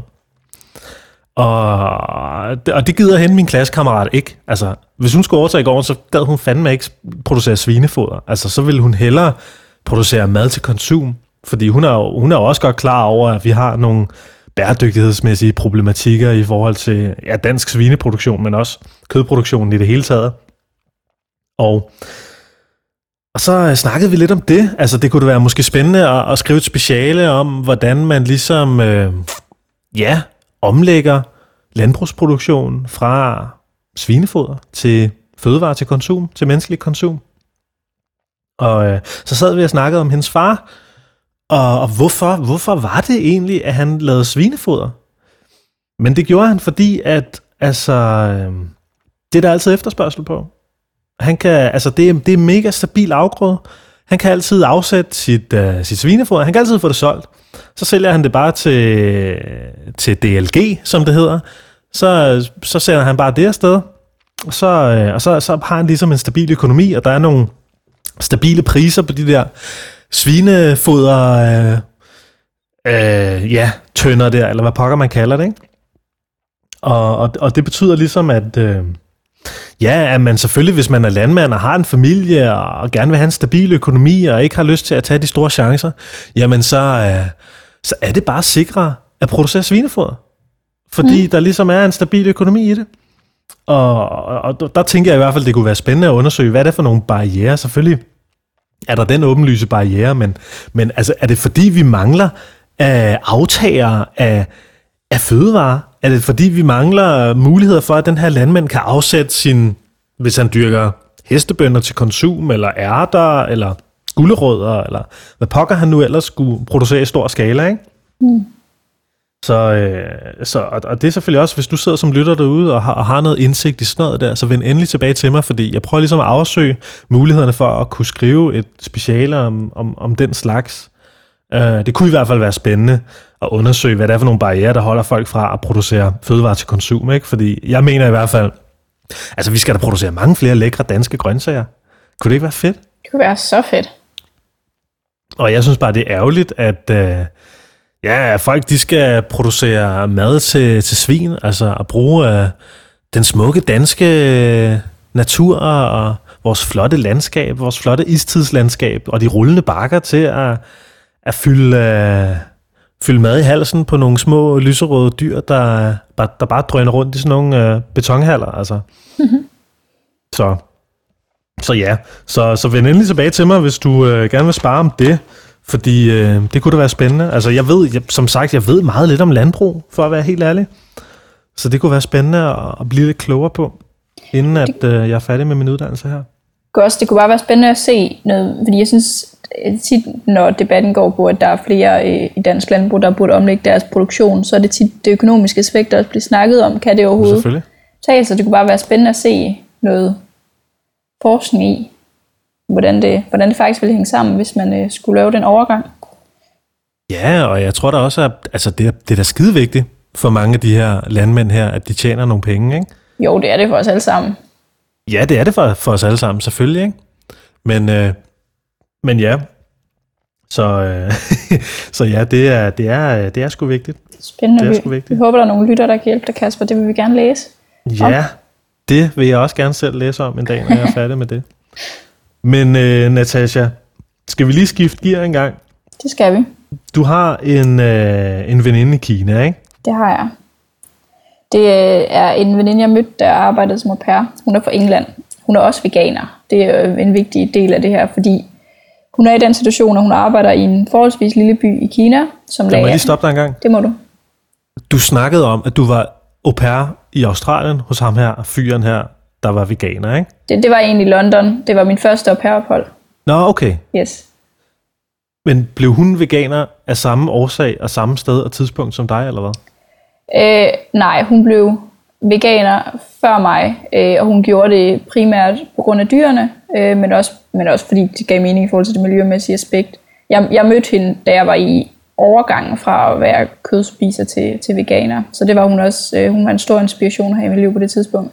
Og det gider hende min klassekammerat ikke. Altså, hvis hun skulle overtage gården, så gad hun fandme ikke producere svinefoder. Altså, så ville hun hellere producere mad til konsum. Fordi hun er jo også godt klar over, at vi har nogle bæredygtighedsmæssige problematikker i forhold til dansk svineproduktion, men også kødproduktionen i det hele taget. Og så snakkede vi lidt om det. Altså, det kunne være måske spændende at skrive et speciale om, hvordan man ligesom, omlægger landbrugsproduktionen fra svinefoder til fødevarer til konsum, til menneskelig konsum. Og så sad vi og snakkede om hendes far, og hvorfor var det egentlig, at han lavede svinefoder? Men det gjorde han, fordi at, det er der altid efterspørgsel på. Han kan, det er mega stabil afgrøde. Han kan altid afsætte sit svinefoder. Han kan altid få det solgt. Så sælger han det bare til DLG, som det hedder. Så sender han bare det afsted. Og så har han ligesom en stabil økonomi, og der er nogle stabile priser på de der svinefoder, tønder der, eller hvad pokker man kalder det, ikke? Og det betyder ligesom, at man selvfølgelig, hvis man er landmand og har en familie og gerne vil have en stabil økonomi og ikke har lyst til at tage de store chancer, jamen så er det bare sikrere at producere svinefoder. Fordi der ligesom er en stabil økonomi i det. Og der tænker jeg i hvert fald, det kunne være spændende at undersøge, hvad er det for nogle barrierer. Selvfølgelig er der den åbenlyse barriere, men altså, er det fordi, vi mangler aftagere af fødevarer? Er det fordi, vi mangler muligheder for, at den her landmand kan afsætte hvis han dyrker hestebønner til konsum, eller ærter, eller gulerødder, eller hvad pokker han nu ellers skulle producere i stor skala, ikke? Og det er selvfølgelig også, hvis du sidder som lytter derude og har noget indsigt i sådan noget der, så vend endelig tilbage til mig, fordi jeg prøver ligesom at afsøge mulighederne for at kunne skrive et speciale om den slags. Det kunne i hvert fald være spændende at undersøge, hvad det er for nogle barrierer, der holder folk fra at producere fødevarer til konsum, ikke? Fordi jeg mener i hvert fald, altså vi skal da producere mange flere lækre danske grøntsager. Kunne det ikke være fedt? Det kunne være så fedt. Og jeg synes bare, det er ærgerligt, at folk de skal producere mad til svin, altså at bruge den smukke danske natur og vores flotte landskab, vores flotte istidslandskab og de rullende bakker til at fylde mad i halsen på nogle små lyserøde dyr, der bare drøner rundt i sådan nogle betonhaller. Altså. Mm-hmm. Så vend endelig tilbage til mig, hvis du gerne vil spare om det, fordi det kunne da være spændende. Altså jeg ved meget lidt om landbrug, for at være helt ærlig. Så det kunne være spændende at blive lidt klogere på, inden at jeg er færdig med min uddannelse her. Det kunne bare være spændende at se noget, fordi jeg synes tit, når debatten går på, at der er flere i dansk landbrug, der burde omlægge deres produktion, så er det tit det økonomiske aspekt, der bliver snakket om. Kan det overhovedet tage? Så det kunne bare være spændende at se noget forskning i, hvordan det faktisk ville hænge sammen, hvis man skulle lave den overgang. Ja, og jeg tror da også, at altså, det er da skide vigtigt for mange af de her landmænd her, at de tjener nogle penge, ikke? Jo, det er det for os alle sammen. Ja, det er det for os alle sammen, selvfølgelig, ikke? Men ja, så ja, det er sgu vigtigt. Spændende. Det er sgu vigtigt. Vi håber, der er nogle lytter, der kan hjælpe dig, Kasper. Det vil vi gerne læse. Ja, det vil jeg også gerne selv læse om en dag, når jeg er færdig med det. Men Natasha, skal vi lige skifte gear en gang? Det skal vi. Du har en veninde i Kina, ikke? Det har jeg. Det er en veninde, jeg mødte, der arbejdede som au pair. Hun er fra England. Hun er også veganer. Det er en vigtig del af det her, fordi hun er i den situation, at hun arbejder i en forholdsvis lille by i Kina. Som må jeg lige stoppe dig en gang? Det må du. Du snakkede om, at du var au pair i Australien hos ham her, fyren her, der var veganer, ikke? Det var egentlig i London. Det var min første au pair-ophold. Nå, okay. Yes. Men blev hun veganer af samme årsag og samme sted og tidspunkt som dig, eller hvad? Nej, hun blev veganer før mig, og hun gjorde det primært på grund af dyrene, men også fordi det gav mening i forhold til det miljømæssige aspekt. Jeg mødte hende, da jeg var i overgangen fra at være kødspiser til veganer, så det var hun også. Hun var en stor inspiration at have i mit liv på det tidspunkt.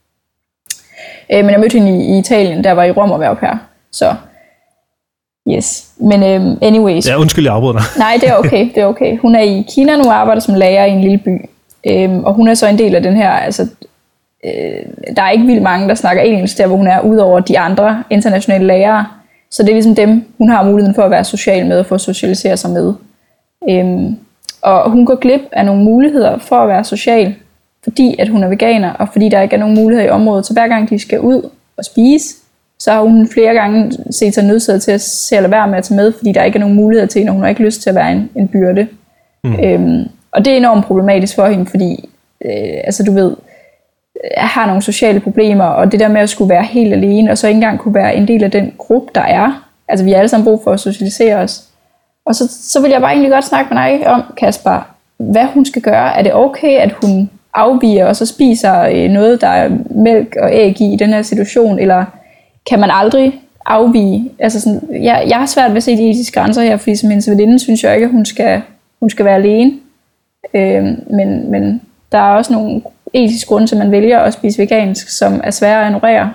Men jeg mødte hende i Italien, der var i Rom og var au pair. Så yes. Men anyways. Ja, undskyld, jeg afbryder dig. Nej, det er okay. Hun er i Kina nu og arbejder som lærer i en lille by. Og hun er så en del af den her, altså der er ikke vildt mange, der snakker engelsk der, hvor hun er, udover de andre internationale lærere. Så det er ligesom dem, hun har muligheden for at være social med og få at socialisere sig med. Og hun går glip af nogle muligheder for at være social, fordi at hun er veganer, og fordi der ikke er nogen muligheder i området. Så hver gang de skal ud og spise, så har hun flere gange set sig nødsaget til at se at lade være med at tage med, fordi der ikke er nogen muligheder til hende, og hun har ikke lyst til at være en byrde. Og det er enormt problematisk for hende, fordi altså du ved, jeg har nogle sociale problemer, og det der med at skulle være helt alene, og så ikke engang kunne være en del af den gruppe, der er. Altså vi har alle sammen brug for at socialisere os. Og så vil jeg bare egentlig godt snakke med dig om, Kasper, hvad hun skal gøre. Er det okay, at hun afviger og så spiser noget, der er mælk og æg i den her situation, eller kan man aldrig afvige? Altså sådan, jeg har svært ved at se de etiske grænser her, fordi som hendes veninde synes jeg ikke, at hun skal være alene. Men der er også nogle etiske grunde til, at man vælger at spise vegansk, som er svære at ignorere.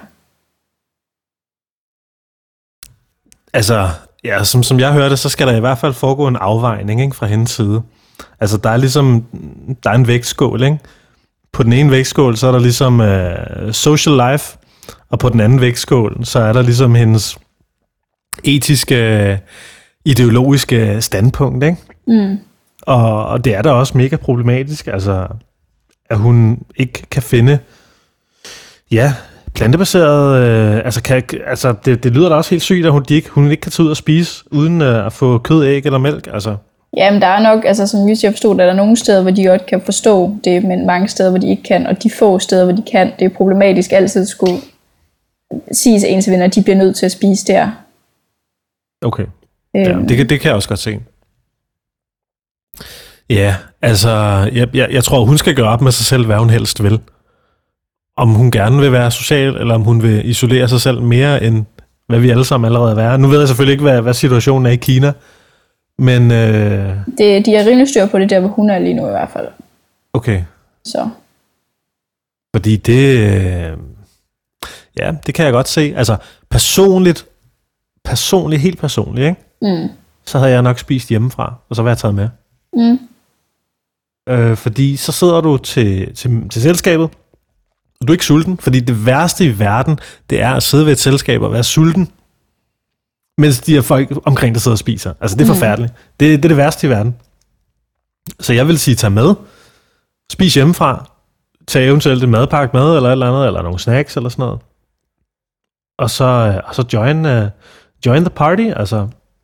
Altså, ja, som jeg hørte, så skal der i hvert fald foregå en afvejning, ikke, fra hendes side. Altså, der er en vægtskål, ikke? På den ene vægtskål, så er der ligesom social life, og på den anden vægtskål, så er der ligesom hendes etiske, ideologiske standpunkt, ikke? Mm. Og det er da også mega problematisk, altså, at hun ikke kan finde, plantebaseret, det lyder da også helt sygt, at hun ikke kan tage ud og spise, uden at få kød, æg eller mælk, altså. Jamen, der er nok, altså som jeg forstod, der er nogle steder, hvor de godt kan forstå det, men mange steder, hvor de ikke kan, og de få steder, hvor de kan, det er problematisk altid skulle sige til ens venner, at de bliver nødt til at spise der. Okay, ja, det kan jeg også godt se. Ja, altså, jeg tror, hun skal gøre op med sig selv, hvad hun helst vil. Om hun gerne vil være social, eller om hun vil isolere sig selv mere, end hvad vi alle sammen allerede er. Nu ved jeg selvfølgelig ikke, hvad situationen er i Kina, men... De er rimelig styr på det der, hvor hun er lige nu i hvert fald. Okay. Så. Fordi det... ja, det kan jeg godt se. Altså, helt personligt, ikke? Så havde jeg nok spist hjemmefra, og så var jeg taget med. Fordi så sidder du til selskabet, og du er ikke sulten, fordi det værste i verden, det er at sidde ved et selskab og være sulten, mens de her folk omkring der sidder og spiser. Altså, det er forfærdeligt. Det er det værste i verden. Så jeg vil sige, tag med, spis hjemmefra, tag eventuelt en madpakke med, eller et eller andet, eller nogle snacks, eller sådan noget. Og så join the party, altså.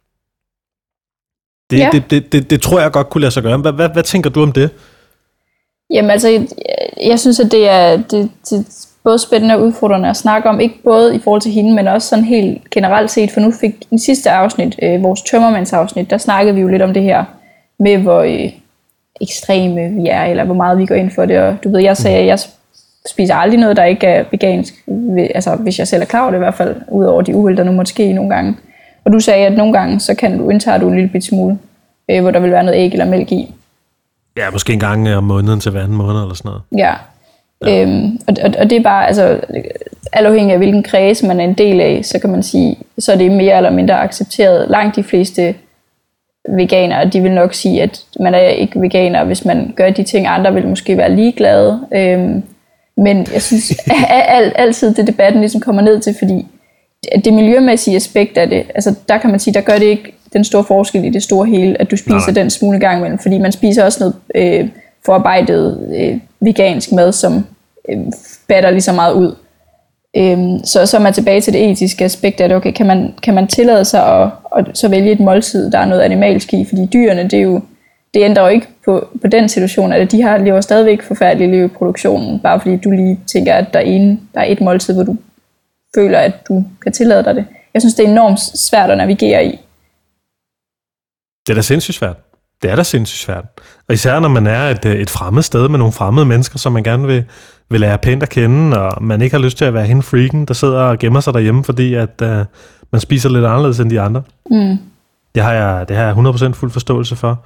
Det tror jeg godt kunne lade sig gøre. Hvad tænker du om det? Jamen altså, jeg synes, at det er både spændende og udfordrende at snakke om, ikke både i forhold til hende, men også sådan helt generelt set, for nu fik i sidste afsnit, vores tømmermandsafsnit, der snakkede vi jo lidt om det her, med hvor ekstreme vi er, eller hvor meget vi går ind for det, og du ved, jeg sagde, at jeg spiser aldrig noget, der ikke er vegansk, altså hvis jeg selv er klar over det i hvert fald, ud over de uheld, der nu måtte ske nogle gange. Og du sagde, at nogle gange, så indtager du en lille bit smule, hvor der vil være noget æg eller mælk i. Ja, måske en gang om måneden til hver anden måned eller sådan noget. Ja. Og det er bare, altså, alt afhængig af hvilken kreds man er en del af, så kan man sige, så er det mere eller mindre accepteret. Langt de fleste veganere, de vil nok sige, at man er ikke veganer, hvis man gør de ting, andre vil måske være ligeglade. Men jeg synes altid, det debatten ligesom kommer ned til, fordi det miljømæssige aspekt af det, altså der kan man sige, der gør det ikke den store forskel i det store hele, at du spiser den smule gang imellem, fordi man spiser også noget forarbejdet vegansk mad, som batter lige så meget ud. Så er man tilbage til det etiske aspekt af det, okay, kan man tillade sig at så vælge et måltid, der er noget animalsk i, fordi dyrene, det ændrer jo ikke på den situation, at de lever stadigvæk forfærdeligt liv i produktionen, bare fordi du lige tænker, at der er et måltid, hvor du føler, at du kan tillade dig det. Jeg synes, det er enormt svært at navigere i. Det er da sindssygt svært. Det er da sindssygt svært. Og især når man er et fremmed sted med nogle fremmede mennesker, som man gerne vil lære pænt at kende, og man ikke har lyst til at være hende freaken, der sidder og gemmer sig derhjemme, fordi at man spiser lidt anderledes end de andre. Det har jeg 100% fuld forståelse for.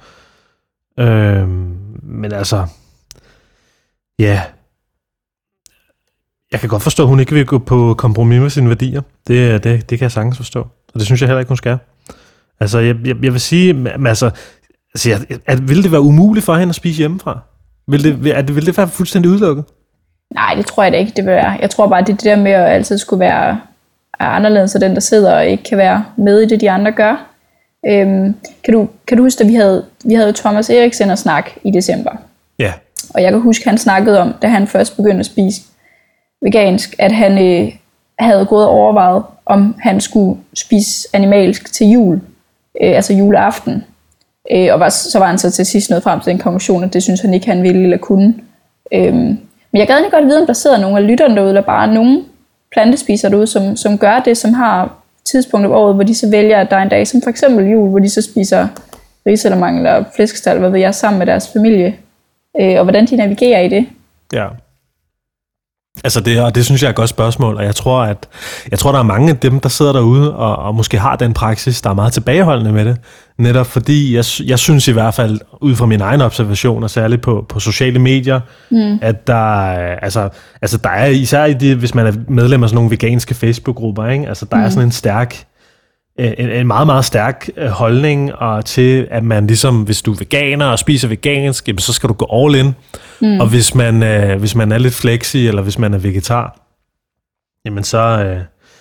Men altså, ja, jeg kan godt forstå, at hun ikke vil gå på kompromis med sine værdier. Det kan jeg sagtens forstå. Og det synes jeg heller ikke, hun skal. Altså, jeg vil sige, vil det være umuligt for hende at spise hjemmefra? Vil det være fuldstændig udelukket? Nej, det tror jeg da ikke, det vil være. Jeg tror bare, det der med at altid skulle være anderledes af den, der sidder og ikke kan være med i det, de andre gør. Kan du huske, at vi havde Thomas Eriksen at snakke i december? Ja. Og jeg kan huske, han snakkede om, da han først begyndte at spise vegansk, at han havde gået og overvejet, om han skulle spise animalsk til jul, altså juleaften. Så var han så til sidst nået frem til den konklusion, at det synes han ikke, han ville eller kunne. Men jeg gad ikke godt vide, om der sidder nogle af lytterne derude, eller bare nogle plantespisere derude, som gør det, som har tidspunkter på året, hvor de så vælger, at der er en dag, som for eksempel jul, hvor de så spiser risalemang eller flæskesteg, hvad ved jeg, sammen med deres familie, og hvordan de navigerer i det. Ja. Altså det synes jeg er et godt spørgsmål, og jeg tror, der er mange af dem, der sidder derude og måske har den praksis, der er meget tilbageholdende med det. Netop fordi, jeg synes i hvert fald, ud fra min egen observation, og særligt på sociale medier, at der er især i det, hvis man er medlem af sådan nogle veganske Facebook-grupper, ikke? Altså der er sådan en meget, meget stærk holdning og til, at man ligesom, hvis du er veganer og spiser vegansk, så skal du gå all in. Og hvis man er lidt flexi, eller hvis man er vegetar, jamen så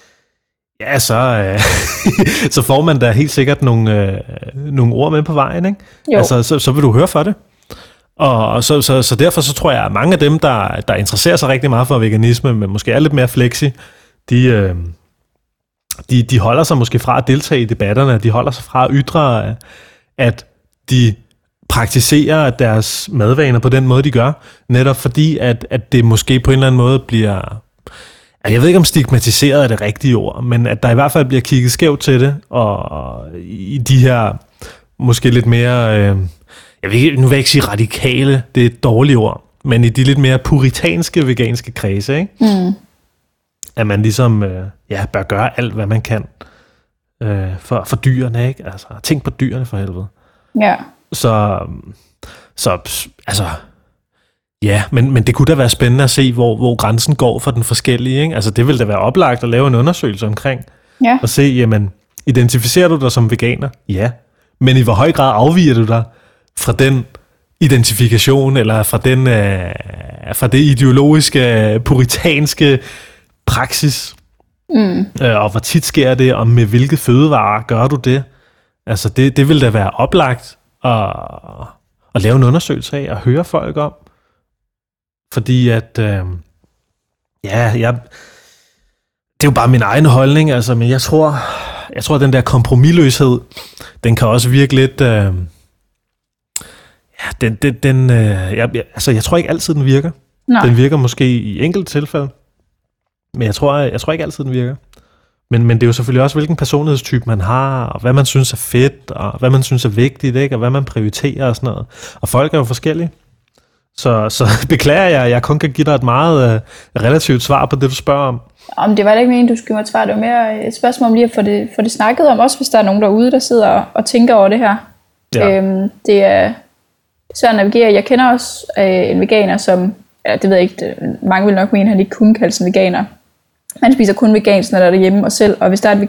får man da helt sikkert nogle ord med på vejen, ikke? Altså, så vil du høre for det. Og så derfor så tror jeg, at mange af dem, der interesserer sig rigtig meget for veganisme, men måske er lidt mere flexi, de holder sig måske fra at deltage i debatterne, de holder sig fra at ytre, at de praktiserer deres madvaner på den måde, de gør, netop fordi, at det måske på en eller anden måde bliver, jeg ved ikke om stigmatiseret er det rigtige ord, men at der i hvert fald bliver kigget skævt til det, og i de her måske lidt mere, nu vil jeg ikke sige radikale, det er et dårligt ord, men i de lidt mere puritanske veganske kredse, ikke? At man ligesom bør gøre alt, hvad man kan for dyrene, ikke? Altså, tænk på dyrene for helvede. Ja. Så altså, ja, men det kunne da være spændende at se, hvor grænsen går for den forskellige, ikke? Altså, det ville da være oplagt at lave en undersøgelse omkring, og se, jamen, identificerer du dig som veganer? Ja. Men i hvor høj grad afviger du dig fra den identifikation, eller fra det ideologiske, puritanske praksis? Og hvor tit sker det, og med hvilke fødevarer gør du det? Altså, det vil da være oplagt at lave en undersøgelse af, og høre folk om. Fordi at, det er jo bare min egen holdning, altså, men jeg tror, at den der kompromisløshed, den kan også virke lidt, jeg tror ikke altid, den virker. Nej. Den virker måske i enkelte tilfælde, men jeg tror ikke altid, den virker. Men det er jo selvfølgelig også, hvilken personlighedstype man har, og hvad man synes er fedt, og hvad man synes er vigtigt, ikke? Og hvad man prioriterer og sådan noget. Og folk er jo forskellige. Så beklager jeg kun kan give dig et meget relativt svar på det, du spørger om. Om det var da ikke meningen, du skulle give mig et svar. Det var mere et spørgsmål om lige at få det snakket om, også hvis der er nogen derude, der sidder og tænker over det her. Ja. Det er svært at navigere. Jeg kender også en veganer, som, det ved jeg ikke, mange vil nok mene, at han ikke kunne kalde sig veganer. Han spiser kun vegansk, når der er derhjemme og selv, og hvis der er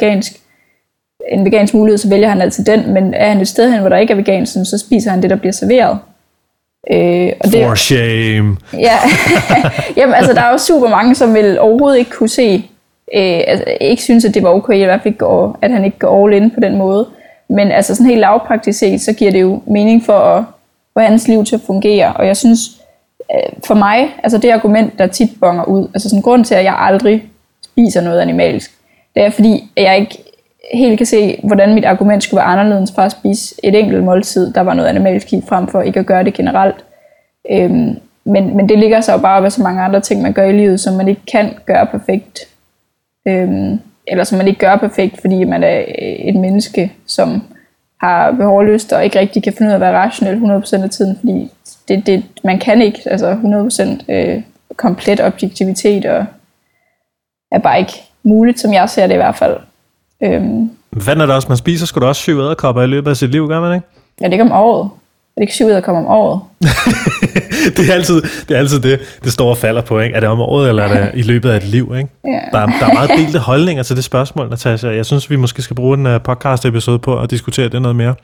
en vegansk mulighed, så vælger han altid den, men er han et sted hen, hvor der ikke er vegansk, så spiser han det, der bliver serveret. For shame. Ja, jamen altså der er jo super mange, som vil overhovedet ikke kunne se, ikke synes, at det var okay, i hvert fald ikke at han ikke går all in på den måde. Men altså sådan helt lavpraktisk set, så giver det jo mening for at få hans liv til at fungere. Og jeg synes, for mig, altså det argument, der tit bonger ud, altså sådan grund til, at jeg aldrig spiser noget animalsk, det er fordi, at jeg ikke helt kan se, hvordan mit argument skulle være anderledes fra at spise et enkelt måltid, der var noget animalsk i, frem for ikke at gøre det generelt. Men det ligger så jo bare ved så mange andre ting, man gør i livet, som man ikke kan gøre perfekt. Eller som man ikke gør perfekt, fordi man er et menneske, som har behov og lyst, og ikke rigtig kan finde ud af at være rationel 100% af tiden, fordi man kan ikke, altså 100% komplet objektivitet, og er bare ikke muligt, som jeg ser det i hvert fald. Hvad er det også, man spiser? Skulle du også 7 edderkopper i løbet af sit liv, gør man ikke? Ja, det er ikke om året. Det er ikke 7 edderkopper om året. det er altid det står og falder på, ikke? Er det om året, eller er det i løbet af et liv, ikke? Ja. Der er meget delte holdninger til det spørgsmål, Natasha. Jeg synes, vi måske skal bruge en podcast-episode på at diskutere det noget mere.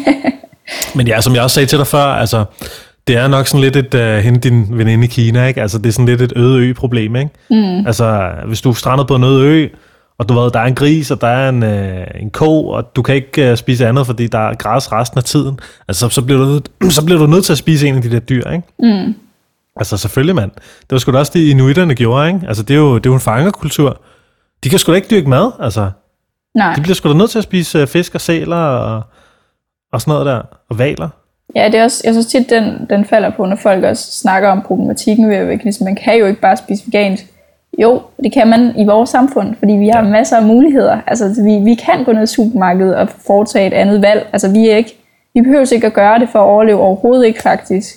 Men ja, som jeg også sagde til dig før, altså, det er nok sådan lidt hende din veninde i Kina, ikke? Altså, det er sådan lidt et øde ø-problem, ikke? Altså, hvis du er strandet på en øde ø, og du ved, der er en gris, og der er en ko, og du kan ikke spise andet, fordi der er græs resten af tiden. Altså, så bliver du nødt til at spise en af de der dyr, ikke? Altså, selvfølgelig, mand. Det var sgu da også det, inuiterne gjorde, ikke? Altså, det er jo en fangerkultur. De kan sgu da ikke dyrke mad, altså. Nej. De bliver sgu da nødt til at spise fisk og sæler og sådan noget der, og hvaler. Ja, det er også, jeg synes tit, den falder på, når folk også snakker om problematikken ved veganisme. Man kan jo ikke bare spise vegansk. Jo, det kan man i vores samfund, fordi vi har masser af muligheder. Altså, vi kan gå ned i supermarkedet og foretage et andet valg. Altså, vi behøver ikke at gøre det for at overleve, overhovedet ikke faktisk.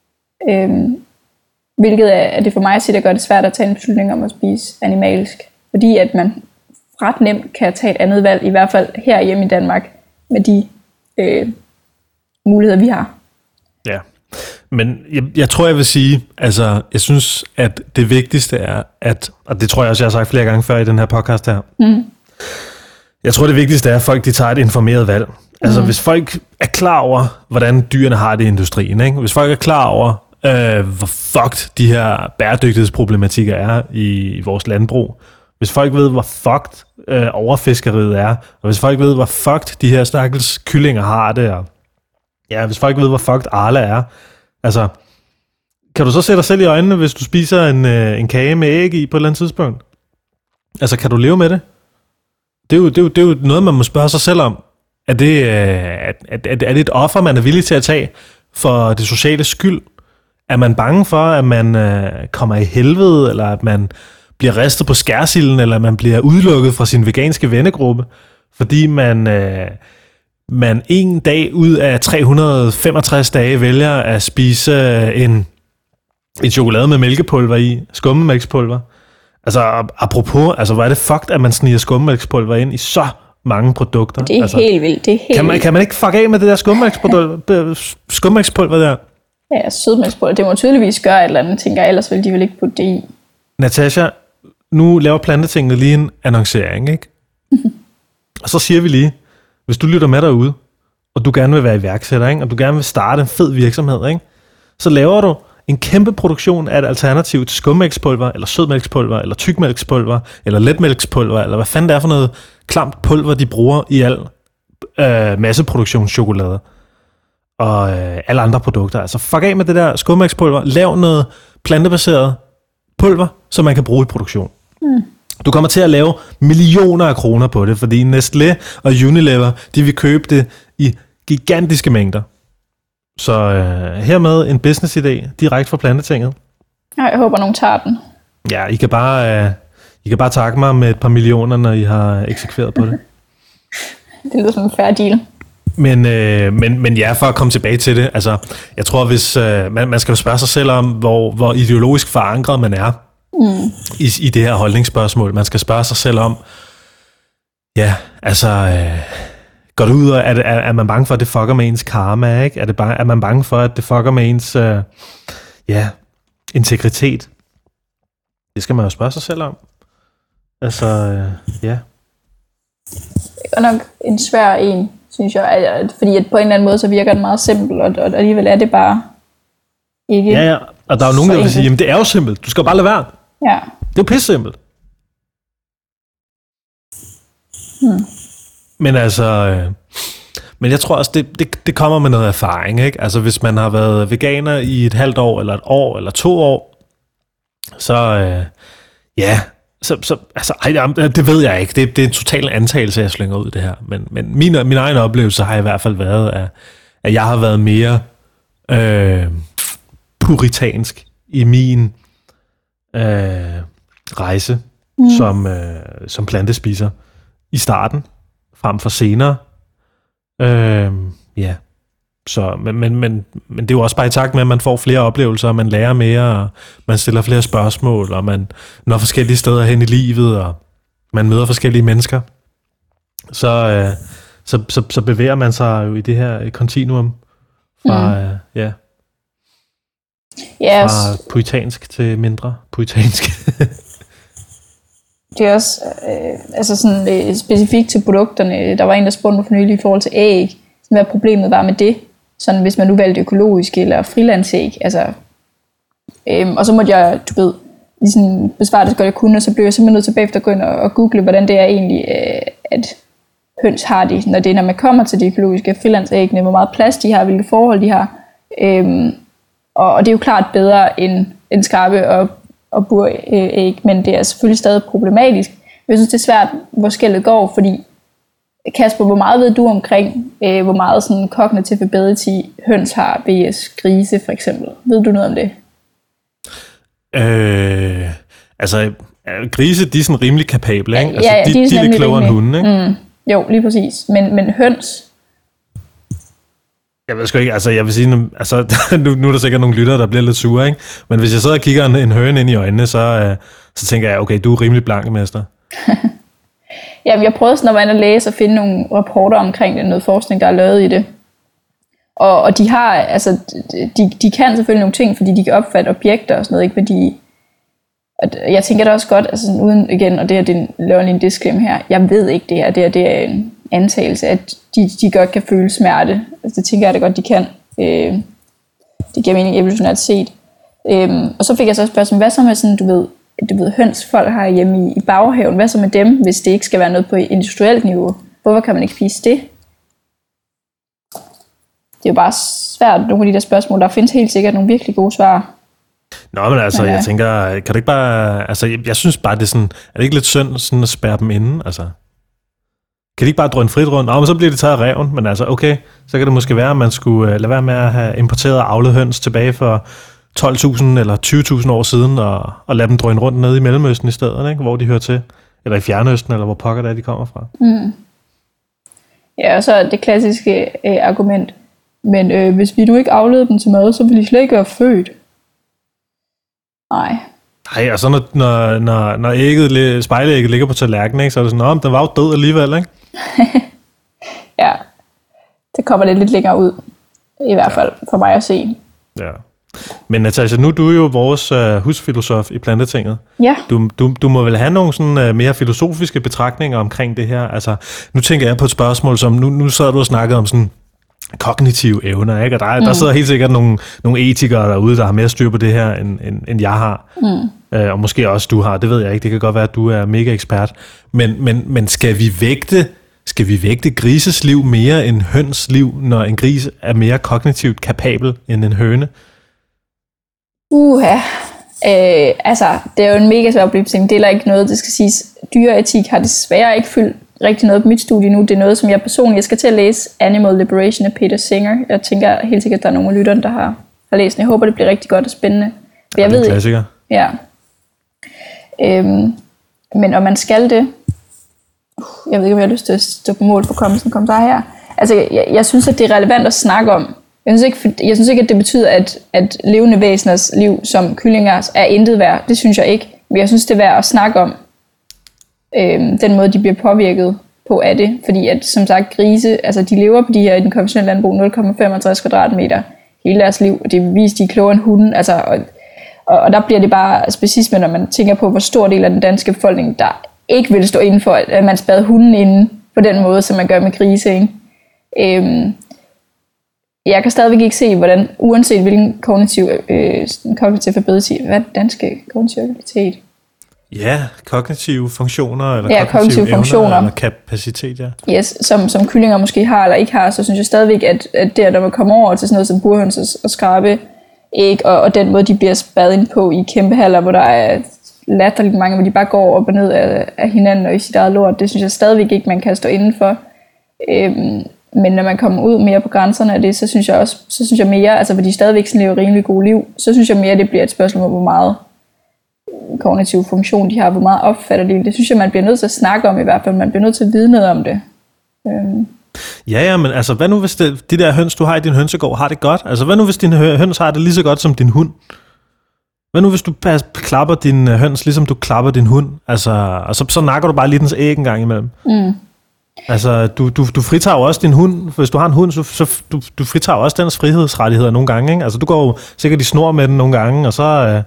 Hvilket er det for mig at sige, der gør det svært at tage en beslutning om at spise animalsk. Fordi at man ret nemt kan tage et andet valg, i hvert fald herhjemme i Danmark, med de muligheder, vi har. Ja. Men jeg tror, jeg vil sige, altså, jeg synes, at det vigtigste er, og det tror jeg også, jeg har sagt flere gange før i den her podcast her, jeg tror, det vigtigste er, at folk de tager et informeret valg. Altså, hvis folk er klar over, hvordan dyrene har det i industrien, ikke? Hvis folk er klar over, hvor fucked de her bæredygtighedsproblematikker er i vores landbrug, hvis folk ved, hvor fucked overfiskeriet er, og hvis folk ved, hvor fucked de her stakkels kyllinger har det, og ja, hvis folk ved, hvor fucked Arla er, altså, kan du så sætte dig selv i øjnene, hvis du spiser en kage med æg i på et eller andet tidspunkt? Altså, kan du leve med det? Det er jo noget, man må spørge sig selv om. Er det et offer, man er villig til at tage for det sociale skyld? Er man bange for, at man kommer i helvede, eller at man bliver ristet på skærsilden, eller at man bliver udelukket fra sin veganske vennegruppe, fordi man man en dag ud af 365 dage vælger at spise en chokolade med mælkepulver i, skummemælkspulver. Altså, apropos, altså, hvor er det fucked, at man sniger skummemælkspulver ind i så mange produkter. Det er altså, helt vildt, det er helt vildt. Kan man ikke fuck af med det der skummemælkspulver der? Ja, sødmælkspulver, det må tydeligvis gøre et eller andet, tænker jeg, ellers ville de vel ikke putte det i. Natasha, nu laver Plantetingene lige en annoncering, ikke? Og så siger vi lige, hvis du lytter med derude, og du gerne vil være iværksætter, ikke? Og du gerne vil starte en fed virksomhed, ikke? Så laver du en kæmpe produktion af et alternativ til skummælkspulver, eller sødmælkspulver, eller tykmælkspulver, eller letmælkspulver, eller hvad fanden det er for noget klamt pulver, de bruger i al masseproduktionschokolade og alle andre produkter. Altså fuck af med det der skummælkspulver, lav noget plantebaseret pulver, som man kan bruge i produktion. Du kommer til at lave millioner af kroner på det, fordi Nestlé og Unilever, de vil købe det i gigantiske mængder. Så hermed en business-idé direkte fra Plantetinget. Ja, jeg håber, nogen tager den. Ja, I kan bare takke mig med et par millioner, når I har eksekveret på det. Det lyder som en fair deal. Men ja, for at komme tilbage til det, altså, jeg tror, hvis man skal jo spørge sig selv om, hvor ideologisk forankret man er i det her holdningsspørgsmål. Man skal spørge sig selv om, ja, altså, går det ud, og er man bange for, at det fucker med ens karma, ikke? Er man bange for, at det fucker med ens integritet? Det skal man jo spørge sig selv om. Altså, ja. Det er nok en svær en, synes jeg, fordi at på en eller anden måde, så virker den meget simpel, og alligevel er det bare ikke. Ja, og der er jo nogen, der vil sige, jamen det er jo simpelt, du skal bare lade være. Ja. Det er jo pisse simpelt. Men altså, men jeg tror også, det kommer med noget erfaring, ikke? Altså hvis man har været veganer i et halvt år, eller et år, eller 2 år, så det ved jeg ikke. Det er en total antagelse, jeg slynger ud det her. Men min egen oplevelse har i hvert fald været, at jeg har været mere puritansk i min rejse som plantespiser i starten, frem for senere. Ja. Så, men det er jo også bare i takt med, at man får flere oplevelser, og man lærer mere, og man stiller flere spørgsmål, og man når forskellige steder hen i livet, og man møder forskellige mennesker. Så bevæger man sig jo i det her kontinuum fra, fra puritansk til mindre puritansk. Det er også altså sådan, specifikt til produkterne. Der var en, der spurgte mig for nylig i forhold til æg, hvad problemet var med det. Sådan, hvis man nu valgte økologisk eller frilandsæg. Altså, og så måtte jeg, ligesom besvare det så godt jeg kunne, og så blev jeg simpelthen nødt til bagefter at gå ind og google, hvordan det er egentlig, at høns har de, når man kommer til de økologiske frilandsæggene, hvor meget plads de har, hvilke forhold de har. Og det er jo klart bedre end skarpe og buræg, men det er selvfølgelig stadig problematisk. Jeg synes, det er svært, hvor skellet går, fordi Kasper, hvor meget ved du omkring, hvor meget sådan cognitive ability høns har, vs. grise for eksempel? Ved du noget om det? Altså, grise, de er sådan rimelig kapable, ikke? Altså, ja, de er lidt klogere end hunden, ikke? Jo, lige præcis. Men høns? Jeg ved sgu ikke, altså jeg vil sige, altså, nu er der sikkert nogle lyttere, der bliver lidt sure, ikke? Men hvis jeg sidder og kigger en høne ind i øjnene, så tænker jeg, okay, du er rimelig blank, mester. Jamen, jeg prøvede sådan at være inde og læse og finde nogle rapporter omkring det, noget forskning, der er lavet i det. Og de har, altså, de kan selvfølgelig nogle ting, fordi de kan opfatte objekter og sådan noget, ikke? Men jeg tænker da også godt, altså sådan, uden igen, og det her, det laver lige en disclaimer her, jeg ved ikke det her, det er en antagelse, at de godt kan føle smerte. Altså, det tænker jeg da godt, de kan. Det giver mening evolutionært set. Og så fik jeg så et spørgsmål, hvad så med sådan, du ved, høns folk har hjemme i baghaven, hvad så med dem, hvis det ikke skal være noget på industrielt niveau? Hvorfor kan man ikke spise det? Det er jo bare svært, nogle af de der spørgsmål. Der findes helt sikkert nogle virkelig gode svar. Nå, men altså, jeg tænker, kan det ikke bare... Altså, jeg synes bare, det er sådan... Er det ikke lidt synd sådan at spærre dem inde, altså? Kan de ikke bare drøne frit rundt? Men så bliver det taget af ræven, men altså, okay, så kan det måske være, at man skulle lade være med at have importeret og avlet høns tilbage for 12.000 eller 20.000 år siden, og lade dem drøne rundt nede i Mellemøsten i stedet, ikke? Hvor de hører til. Eller i Fjernøsten, eller hvor pokker det er, de kommer fra. Ja, og så det klassiske argument. Men hvis vi nu ikke afleder dem til mad, så vil de slet ikke være født. Nej. Nej, og så når ægget, spejlægget ligger på tallerkenen, ikke, så er det sådan, den var jo død alligevel, ikke? Ja, det kommer lidt længere ud. I hvert fald for mig at se. Ja. Men Natasja, nu er du jo vores husfilosof i Plantetinget. Ja. Du må vel have nogle sådan, mere filosofiske betragtninger omkring det her. Altså, nu tænker jeg på et spørgsmål, som nu sad du og snakkede om sådan kognitive evner, ikke? Og der sidder helt sikkert nogle etikere derude, der har mere styr på det her, end jeg har. Og måske også du har, det ved jeg ikke. Det kan godt være, at du er mega ekspert. Men skal vi vægte grises liv mere end høns liv, når en gris er mere kognitivt kapabel end en høne? Altså, det er jo en mega svær oplevelse. Det er ikke noget, det skal siges. Dyreetik har desværre ikke fyldt rigtig noget på mit studie nu. Det er noget, som jeg personligt skal til at læse. Animal Liberation af Peter Singer. Jeg tænker helt sikkert, at der er nogle af lytterne, der har læst den. Jeg håber, det bliver rigtig godt og spændende. For jeg ved, en klassiker. Ja. Men om man skal det... Jeg ved ikke, om jeg har lyst til at stå på mål for kommentar her. Altså, jeg synes, at det er relevant at snakke om. Jeg synes ikke, at det betyder, at levende væseners liv som kyllinger er intet værd. Det synes jeg ikke. Men jeg synes, det er værd at snakke om den måde, de bliver påvirket på af det. Fordi at, som sagt, grise, altså de lever på de her i den konventionelle landbrug 0,65 kvadratmeter hele deres liv. Og det er bevist, de er klogere end hunden. Altså, og der bliver det bare specisme, når man tænker på, hvor stor del af den danske befolkning, der ikke vil stå inden for, at man spade hunden inde på den måde, som man gør med grise, ikke? Jeg kan stadigvæk ikke se, hvordan, uanset hvilken kognitiv ability, hvad er det danske kognitiv abilitet? Ja, kognitive funktioner, eller ja, kognitive funktioner, eller kapacitet, ja. Yes, som kyllinger måske har eller ikke har, så synes jeg stadigvæk, at det, når man kommer over til sådan noget som burhøns og skrabe æg, og den måde, de bliver spadet ind på i kæmpe haller, hvor der er latterligt mange, hvor de bare går op og ned af hinanden og i sit eget lort, det synes jeg stadigvæk ikke, man kan stå indenfor. Men når man kommer ud mere på grænserne af det, så synes jeg mere, altså hvor de stadigvæk lever rimelig gode liv, så synes jeg mere, det bliver et spørgsmål om, hvor meget kognitiv funktion de har, hvor meget opfatter de. Det synes jeg, man bliver nødt til at snakke om i hvert fald, man bliver nødt til at vide noget om det. Ja, men altså, hvad nu hvis de der høns, du har i din hønsegård, har det godt? Altså, hvad nu hvis din høns har det lige så godt som din hund? Hvad nu hvis du klapper din høns, ligesom du klapper din hund? Altså, og så nakker du bare lige dens æg en gang imellem. Altså, du fritager jo også din hund. Hvis du har en hund, så du fritager også dens frihedsrettigheder nogle gange, ikke? Altså, du går jo sikkert i snor med den nogle gange, og så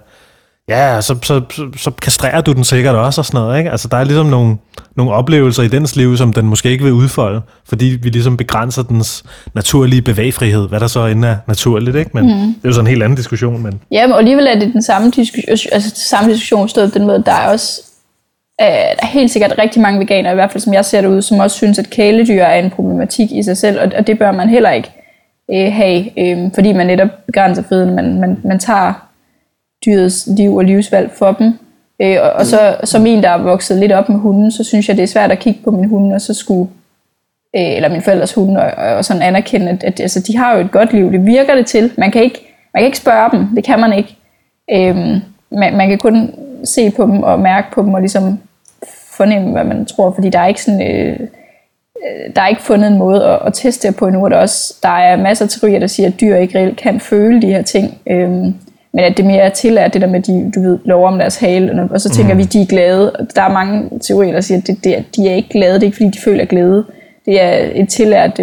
så kastrerer du den sikkert også og sådan noget, ikke? Altså, der er ligesom nogle oplevelser i dens liv, som den måske ikke vil udfolde, fordi vi ligesom begrænser dens naturlige bevægfrihed, hvad der så end er naturligt, ikke? Men det er jo sådan en helt anden diskussion, men... Ja, men alligevel er det den samme diskussion stået på den måde, der er også der er helt sikkert rigtig mange veganere, i hvert fald som jeg ser det ud, som også synes, at kæledyr er en problematik i sig selv, og det bør man heller ikke have, fordi man netop begrænser friheden, man tager dyrets liv og livsvalg for dem. Og så som en, der er vokset lidt op med hunden, så synes jeg, det er svært at kigge på min hunde, og så skulle, eller min forældres hunde, og sådan anerkende, at altså, de har jo et godt liv. Det virker det til. Man kan ikke spørge dem. Det kan man ikke. Man kan kun se på dem og mærke på dem og ligesom fornemme, hvad man tror, fordi der er ikke sådan... Der er ikke fundet en måde at teste på endnu, og der er masser af teorier, der siger, at dyr ikke reelt kan føle de her ting. Men at det mere er tilladt, det der med, du ved, lover om deres hale, og så tænker vi, at de er glade. Og der er mange teorier, der siger, at de er ikke glade. Det er ikke, fordi de føler glæde. Det er en tilladt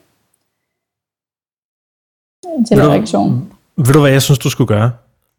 reaktion. Ved du, hvad jeg synes, du skulle gøre?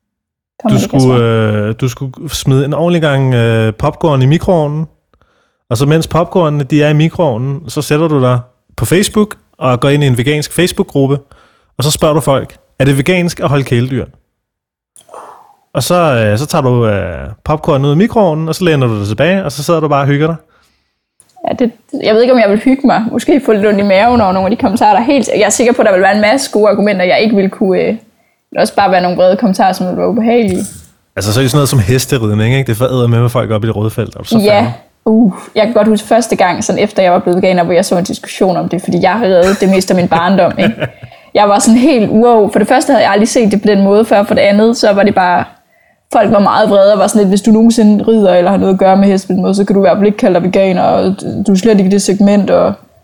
Du skulle smide en ordentlig gang popcorn i mikroovnen, og så mens popcornene de er i mikroovnen, så sætter du dig på Facebook og går ind i en vegansk Facebook-gruppe, og så spørger du folk, er det vegansk at holde kæledyr? Og så tager du popcorn ud af mikroovnen, og så læner du det tilbage, og så sidder du bare og hygger dig. Ja, jeg ved ikke, om jeg vil hygge mig. Måske få lidt ondt i maven over nogle af de kommentarer, der helt... Jeg er sikker på, at der vil være en masse gode argumenter, jeg ikke vil kunne... også bare være nogle brede kommentarer, som vil være ubehagelige. Altså, så er det sådan noget som hesteridning, ikke? Det foræder med folk op i det røde felt. Ja, jeg kan godt huske første gang, sådan efter jeg var blevet veganer, hvor jeg så en diskussion om det, fordi jeg har reddet det meste af min barndom, ikke? Jeg var sådan helt wow. For det første havde jeg aldrig set det på den måde før, for det andet, så var det bare... Folk var meget vrede og var sådan lidt, hvis du nogensinde rider eller har noget at gøre med hest på den måde, så kan du i hvert fald ikke kalde dig veganer, og du er slet ikke i det segment, og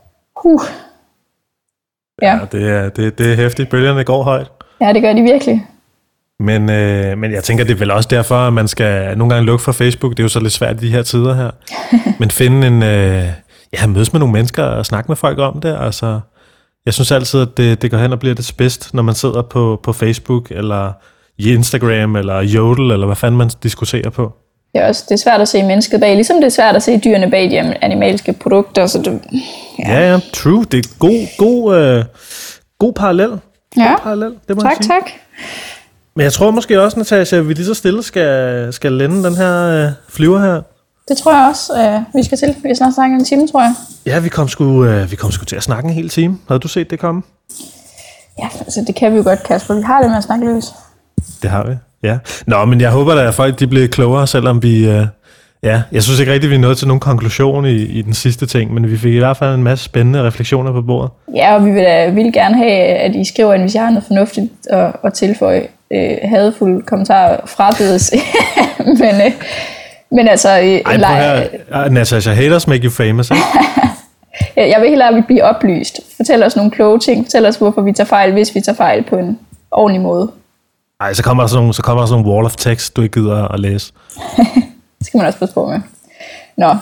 Ja. Det er hæftigt. Bølgerne går højt. Ja, det gør de virkelig. Men jeg tænker, det er vel også derfor, at man skal nogle gange lukke for Facebook. Det er jo så lidt svært i de her tider her. Men finde mødes med nogle mennesker og snakke med folk om det. Altså, jeg synes altid, at det går hen og bliver det bedst, når man sidder på Facebook, eller i Instagram, eller Jodel, eller hvad fanden man diskuterer på. Det er svært at se mennesket bag, ligesom det er svært at se dyrene bag de animalske produkter. Så det, ja, true. Det er god parallel. Ja, god parallel, det må jeg sige. tak. Men jeg tror måske også, Natasha, at vi lige så stille skal lande den her flyver her. Det tror jeg også, vi skal til. Vi har snart snakket en time, tror jeg. Ja, vi kom sgu til at snakke en hel time. Havde du set det komme? Ja, altså det kan vi jo godt, Kasper. Vi har det med at snakke løs. Det har vi, ja. Nå, men jeg håber da, at folk de bliver klogere, selvom vi... jeg synes ikke rigtigt, vi er nået til nogen konklusion i den sidste ting, men vi fik i hvert fald en masse spændende refleksioner på bordet. Ja, og vi vil gerne have, at I skriver ind, hvis jeg har noget fornuftigt at tilføje. Hadefulde kommentarer frabedes. men altså... Natasha, haters make you famous, ikke? Jeg vil hellere, at vi bliver oplyst. Fortæl os nogle kloge ting. Fortæl os, hvorfor vi tager fejl, hvis vi tager fejl på en ordentlig måde. Ej, så kommer der sådan nogle wall of text, du ikke gider at læse. Det skal man også passe på med. Nå.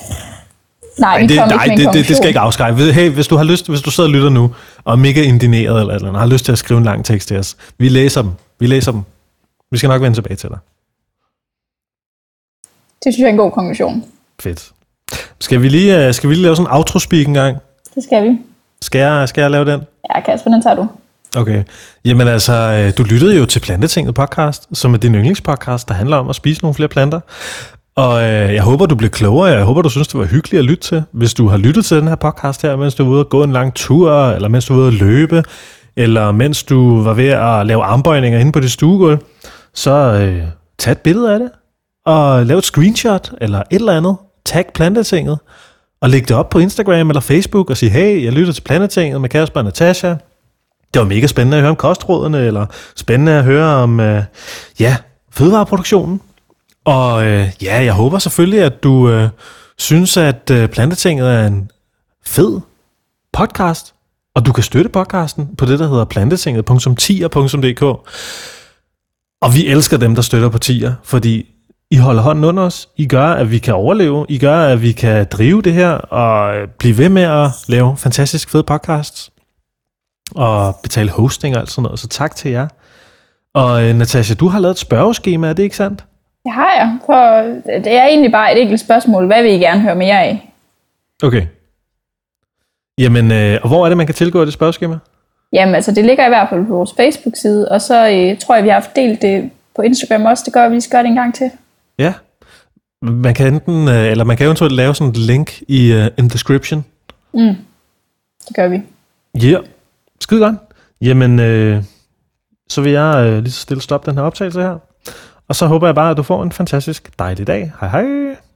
Det skal ikke afskrække. Hey, hvis du sidder og lytter nu, og er mega indineret eller har lyst til at skrive en lang tekst til os, vi læser dem. Vi skal nok vende tilbage til dig. Det synes jeg er en god konklusion. Fedt. Skal vi lige lave sådan en outro-speak en gang? Det skal vi. Skal jeg lave den? Ja, Kasper, den tager du. Okay. Jamen altså, du lyttede jo til Plantetinget podcast, som er din yndlingspodcast, der handler om at spise nogle flere planter. Og jeg håber, du blev klogere. Jeg håber, du synes, det var hyggeligt at lytte til. Hvis du har lyttet til den her podcast her, mens du var ude at gå en lang tur, eller mens du var ude at løbe, eller mens du var ved at lave armbøjninger inde på dit stuegulv, så tag et billede af det, og lav et screenshot, eller et eller andet. Tag Plantetinget, og læg det op på Instagram eller Facebook, og sig, hey, jeg lytter til Plantetinget med Kasper og Natasha. Det var mega spændende at høre om kostrådene, eller spændende at høre om fødevareproduktionen. Og jeg håber selvfølgelig, at du synes, at Plantetinget er en fed podcast, og du kan støtte podcasten på det, der hedder plantetinget.tier.dk. Og vi elsker dem, der støtter på Tier, fordi I holder hånden under os. I gør, at vi kan overleve. I gør, at vi kan drive det her, og blive ved med at lave fantastisk fede podcasts, og betale hosting og alt sådan noget. Så tak til jer. Og Natasha, du har lavet et spørgeskema, er det ikke sandt? Det har jeg, for det er egentlig bare et enkelt spørgsmål. Hvad vil I gerne høre mere af? Okay. Jamen, og hvor er det, man kan tilgå det spørgeskema? Jamen, altså det ligger i hvert fald på vores Facebook-side, og så tror jeg, vi har delt det på Instagram også. Det gør vi lige gøre det en gang til. Ja. Man kan man kan eventuelt lave sådan et link i in description. Det gør vi. Ja, yeah. Skide godt. Jamen, så vil jeg lige så stille stoppe den her optagelse her. Og så håber jeg bare, at du får en fantastisk dejlig dag. Hej hej.